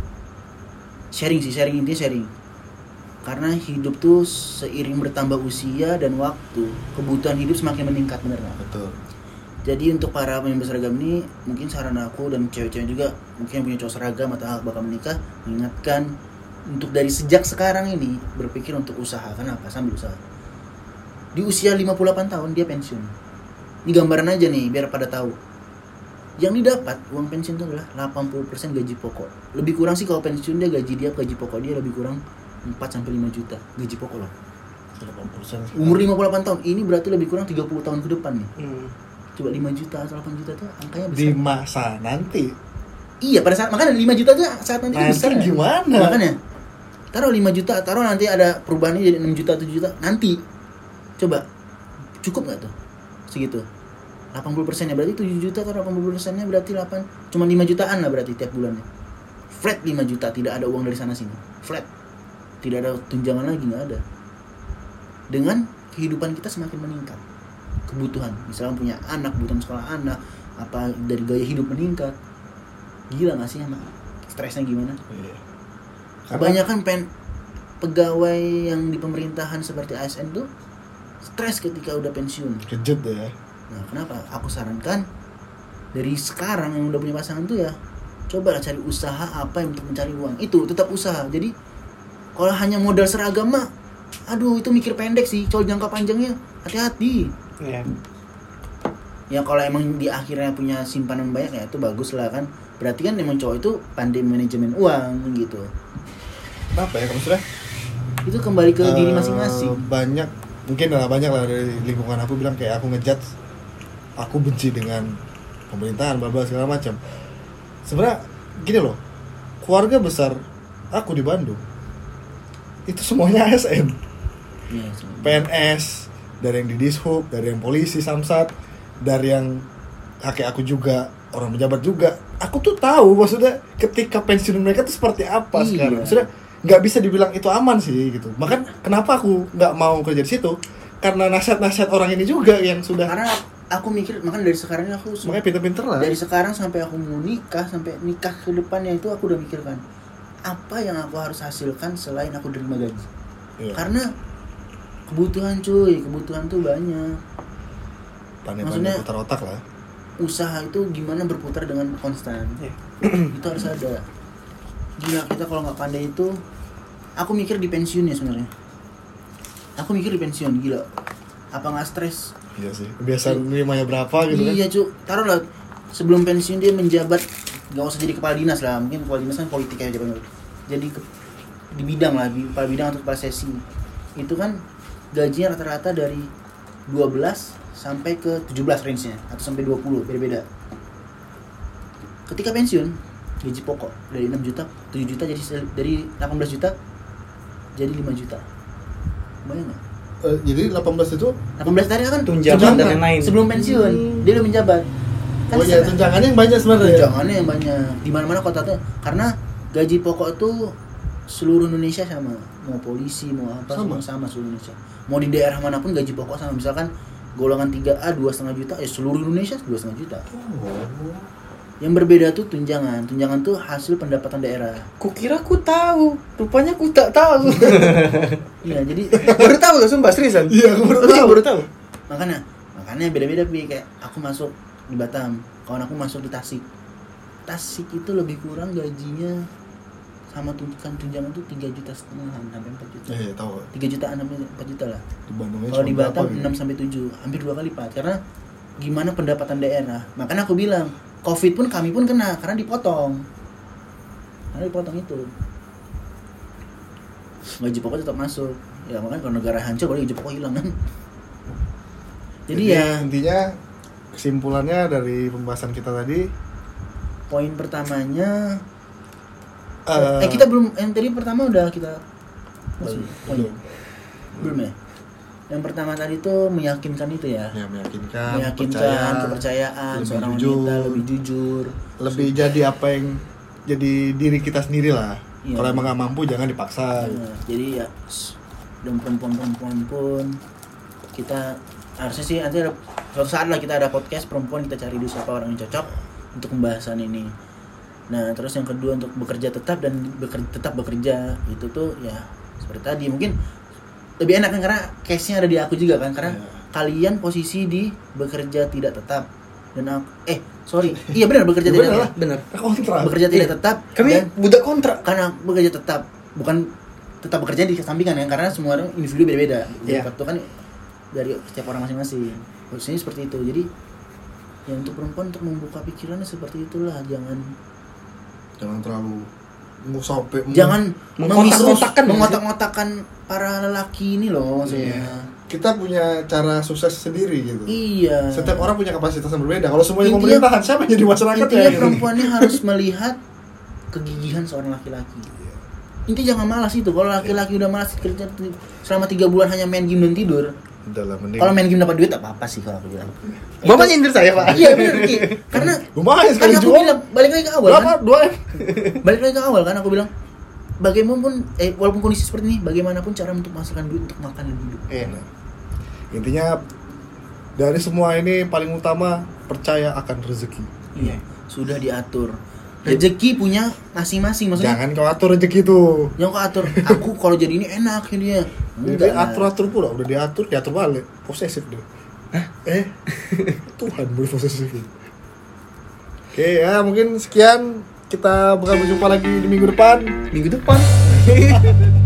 Speaker 1: sharing sih, sharing intinya sharing. Karena hidup tuh seiring bertambah usia dan waktu, kebutuhan hidup semakin meningkat, bener nggak?
Speaker 2: Betul.
Speaker 1: Jadi untuk para pemain berseragam ini, mungkin saran aku dan cewek-cewek juga mungkin yang punya cowok seragam atau bakal menikah, mengingatkan untuk dari sejak sekarang ini berpikir untuk usaha. Kenapa? Sambil usaha. Di usia lima puluh delapan tahun dia pensiun. Ini gambaran aja nih biar pada tahu. Yang didapat uang pensiun itu adalah delapan puluh persen gaji pokok. Lebih kurang sih kalau pensiun dia gaji dia gaji pokok dia lebih kurang empat sampai lima juta gaji pokok loh.
Speaker 2: delapan puluh persen.
Speaker 1: Umur lima puluh delapan tahun ini berarti lebih kurang tiga puluh tahun ke depan nih.
Speaker 3: Hmm.
Speaker 1: Coba lima juta atau delapan juta tuh angkanya besar.
Speaker 2: Di masa nanti.
Speaker 1: Iya, pada saat makanya lima juta tuh saat nanti,
Speaker 2: Nanti
Speaker 1: besar.
Speaker 2: gimana?
Speaker 1: Makanya taruh lima juta, taruh nanti ada perubahannya jadi enam juta, tujuh juta. Nanti coba cukup nggak tuh? Segitu. delapan puluh persen-nya berarti tujuh juta atau delapan puluh persen-nya berarti delapan, cuma lima jutaan lah berarti tiap bulannya. Flat lima juta, tidak ada uang dari sana sini. Flat. Tidak ada tunjangan lagi, nggak ada. Dengan kehidupan kita semakin meningkat. Kebutuhan, misalnya punya anak, kebutuhan sekolah anak, apa dari gaya hidup meningkat. Gila nggak sih emang? Stresnya gimana?
Speaker 2: Iya.
Speaker 1: Kebanyakan pen pegawai yang di pemerintahan seperti A S N tuh stres ketika udah pensiun.
Speaker 2: Kejut deh ya.
Speaker 1: Nah, kenapa? Aku sarankan dari sekarang yang udah punya pasangan tuh ya, cobalah cari usaha apa yang untuk mencari uang. Itu tetap usaha. Jadi kalau hanya modal seragam mah, aduh itu mikir pendek sih. Kalau jangka panjangnya hati-hati.
Speaker 3: Iya.
Speaker 1: Ya kalau emang di akhirnya punya simpanan banyak ya itu bagus lah kan. Berarti kan emang cowok itu pandai manajemen uang gitu.
Speaker 2: Apa ya maksudnya?
Speaker 1: Itu kembali ke diri
Speaker 2: Eh,
Speaker 1: masing-masing.
Speaker 2: Banyak mungkin lah banyak lah dari lingkungan aku bilang kayak aku ngejudge, aku benci dengan pemerintahan, bla bla segala macam. Sebenarnya gini loh, keluarga besar aku di Bandung itu semuanya A S N,
Speaker 1: Iya,
Speaker 2: P N S, dari yang di Dishub, dari yang polisi, Samsat, dari yang kakek aku juga orang pejabat juga. Aku tuh tahu maksudnya ketika pensiun mereka tuh seperti apa
Speaker 1: Iya.
Speaker 2: sekarang. Maksudnya nggak bisa dibilang itu aman sih gitu. Makan kenapa aku nggak mau kerja di situ? Karena nasihat-nasihat orang ini juga yang sudah.
Speaker 1: Karena aku mikir, makanya dari sekarang aku
Speaker 2: Makanya pinter-pinter lah.
Speaker 1: dari sekarang sampai aku mau nikah, sampai nikah ke depannya itu aku udah mikirkan apa yang aku harus hasilkan selain aku terima gaji.
Speaker 2: Iya.
Speaker 1: Karena kebutuhan cuy, kebutuhan tuh banyak.
Speaker 2: Pandai-pandai
Speaker 1: maksudnya-
Speaker 2: putar otak lah.
Speaker 1: Usaha itu gimana berputar dengan konstan.
Speaker 3: Iya.
Speaker 1: Itu harus ada. Gila, kita kalau nggak pandai itu, aku mikir di pensiun ya sebenarnya. Aku mikir di pensiun, gila. Apa nggak stres?
Speaker 2: Iya sih. Kebiasaan nerimanya berapa gitu kan?
Speaker 1: Iya cu, taruhlah sebelum pensiun dia menjabat, nggak usah jadi kepala dinas lah, mungkin kepala dinas kan politik aja banget. Jadi ke, di bidang lah, di kepala bidang atau kepala sesi itu kan gajinya rata-rata dari dua belas sampai ke tujuh belas range-nya atau sampai dua puluh, beda-beda. Ketika pensiun, gaji pokok dari enam juta, tujuh juta jadi dari delapan belas juta jadi lima juta. Bayang enggak?
Speaker 2: Uh, jadi delapan belas itu
Speaker 1: delapan belas tadi kan
Speaker 3: Tunjangan dan lain-lain.
Speaker 1: Sebelum pensiun,
Speaker 2: Hmm.
Speaker 1: dia udah menjabat. Kan
Speaker 2: oh iya,
Speaker 1: sana-
Speaker 2: tunjangannya yang banyak sebenarnya.
Speaker 1: tunjangannya yang banyak. Di mana-mana kota tuh karena gaji pokok itu seluruh Indonesia sama. Mau polisi, mau apa
Speaker 2: Sama.
Speaker 1: semua sama seluruh Indonesia. Mau di daerah manapun gaji pokok sama. Misalkan golongan tiga A dua koma lima juta, ya seluruh Indonesia dua koma lima juta.
Speaker 2: Oh.
Speaker 1: Yang berbeda tuh tunjangan. Tunjangan tuh hasil pendapatan daerah.
Speaker 3: Kukira ku tahu, rupanya ku tak tahu.
Speaker 1: Iya, jadi
Speaker 3: Baru tahu loh, sumpah seriusan.
Speaker 2: Iya, aku baru
Speaker 3: Lu juga
Speaker 2: tahu.
Speaker 3: baru tahu.
Speaker 1: makanya makanya beda-beda Pi. Kayak aku masuk di Batam, kawan aku masuk di Tasik. Tasik itu lebih kurang gajinya sama tunjangan tunjangan tuh tiga juta setengah sampai empat juta.
Speaker 2: Iya, tahu.
Speaker 1: tiga jutaan sampai empat juta lah.
Speaker 2: Di Bandungnya
Speaker 1: Kalau
Speaker 2: cuma
Speaker 1: di
Speaker 2: berapa
Speaker 1: Batam
Speaker 2: gitu?
Speaker 1: enam sampai tujuh, hampir dua kali lipat. Karena gimana pendapatan daerah. Makanya aku bilang, Covid pun kami pun kena karena dipotong. Karena dipotong itu. Gaji pokok tetap masuk. Ya makanya kalau negara hancur baru gaji pokok hilang kan. Jadi,
Speaker 2: Jadi
Speaker 1: ya
Speaker 2: intinya kesimpulannya dari pembahasan kita tadi,
Speaker 1: poin pertamanya
Speaker 2: eh,
Speaker 1: eh kita belum yang tadi pertama udah kita masih
Speaker 2: belum.
Speaker 1: poin. Belum ya? Yang pertama tadi tuh meyakinkan itu ya.
Speaker 2: ya meyakinkan,
Speaker 1: Meyakinkan
Speaker 2: percaya,
Speaker 1: kepercayaan
Speaker 2: lebih
Speaker 1: seorang
Speaker 2: jujur.
Speaker 1: wanita lebih jujur.
Speaker 2: lebih jadi apa yang jadi diri kita sendiri lah.
Speaker 1: Iya.
Speaker 2: Kalau emang nggak mampu jangan dipaksa.
Speaker 1: Nah, jadi ya s- dan perempuan-perempuan pun kita harusnya sih nanti ada suatu saat lah kita ada podcast perempuan, kita cari dulu siapa orang yang cocok untuk pembahasan ini. Nah terus yang kedua untuk bekerja tetap dan bekerja, tetap bekerja itu tuh ya seperti tadi mungkin lebih enak kan karena case-nya ada di aku juga kan karena
Speaker 2: Iya.
Speaker 1: kalian posisi di bekerja tidak tetap dan aku, eh sorry iya benar bekerja
Speaker 2: Ya,
Speaker 1: tidak
Speaker 2: benar lah.
Speaker 3: Bener.
Speaker 2: Kontrak.
Speaker 1: bekerja tidak tetap
Speaker 3: Kami
Speaker 1: dan
Speaker 3: budak kontrak.
Speaker 1: karena bekerja tetap bukan tetap bekerja di sampingan ya karena semua orang individu beda-beda.
Speaker 3: Iya.
Speaker 1: Itu kan dari setiap orang masing-masing. Posisinya seperti itu. Jadi ya untuk perempuan untuk membuka pikirannya seperti itulah, jangan
Speaker 2: Jangan terlalu mau sampai
Speaker 1: jangan
Speaker 3: Mengotak-ngotakan.
Speaker 1: mengotak-ngotakan para lelaki ini loh maksudnya.
Speaker 2: Iya. Kita punya cara sukses sendiri gitu.
Speaker 1: Iya.
Speaker 2: Setiap orang punya kapasitas yang berbeda. Kalau semuanya
Speaker 1: Intinya-
Speaker 2: pemerintahan, siapa yang jadi masyarakat
Speaker 1: Intinya
Speaker 2: ya?
Speaker 1: perempuannya harus melihat kegigihan seorang laki-laki. Intinya jangan malas itu. Kalau laki-laki udah malas kerja selama tiga bulan hanya main game dan tidur.
Speaker 2: Udah lah, mending.
Speaker 1: Kalau main game dapat duit apa apa sih kalau aku bilang.
Speaker 3: Bapak nyindir saya, Pak.
Speaker 1: Iya benar Ki. Karena
Speaker 2: Lumayan
Speaker 1: kan
Speaker 2: sekali
Speaker 1: aku
Speaker 2: jual.
Speaker 1: bilang balik lagi ke awal
Speaker 2: Berapa?
Speaker 1: kan.
Speaker 2: Dua M?
Speaker 1: Balik lagi ke awal kan aku bilang bagaimanapun eh walaupun kondisi seperti ini bagaimanapun cara untuk menghasilkan duit untuk makan dan hidup.
Speaker 2: Iya. Intinya dari semua ini paling utama percaya akan rezeki.
Speaker 1: Iya, sudah diatur. Rezeki punya masing-masing maksudnya.
Speaker 2: Jangan kau atur rezeki itu.
Speaker 1: Yang kau atur, aku kalau jadi ini enak ini dia.
Speaker 2: Jadi
Speaker 1: lah.
Speaker 2: atur-atur pula, udah diatur, diatur balik. Posesif deh. Eh, Tuhan boleh posesif. Oke ya, mungkin sekian. Kita bakal berjumpa lagi di minggu depan.
Speaker 3: Minggu depan.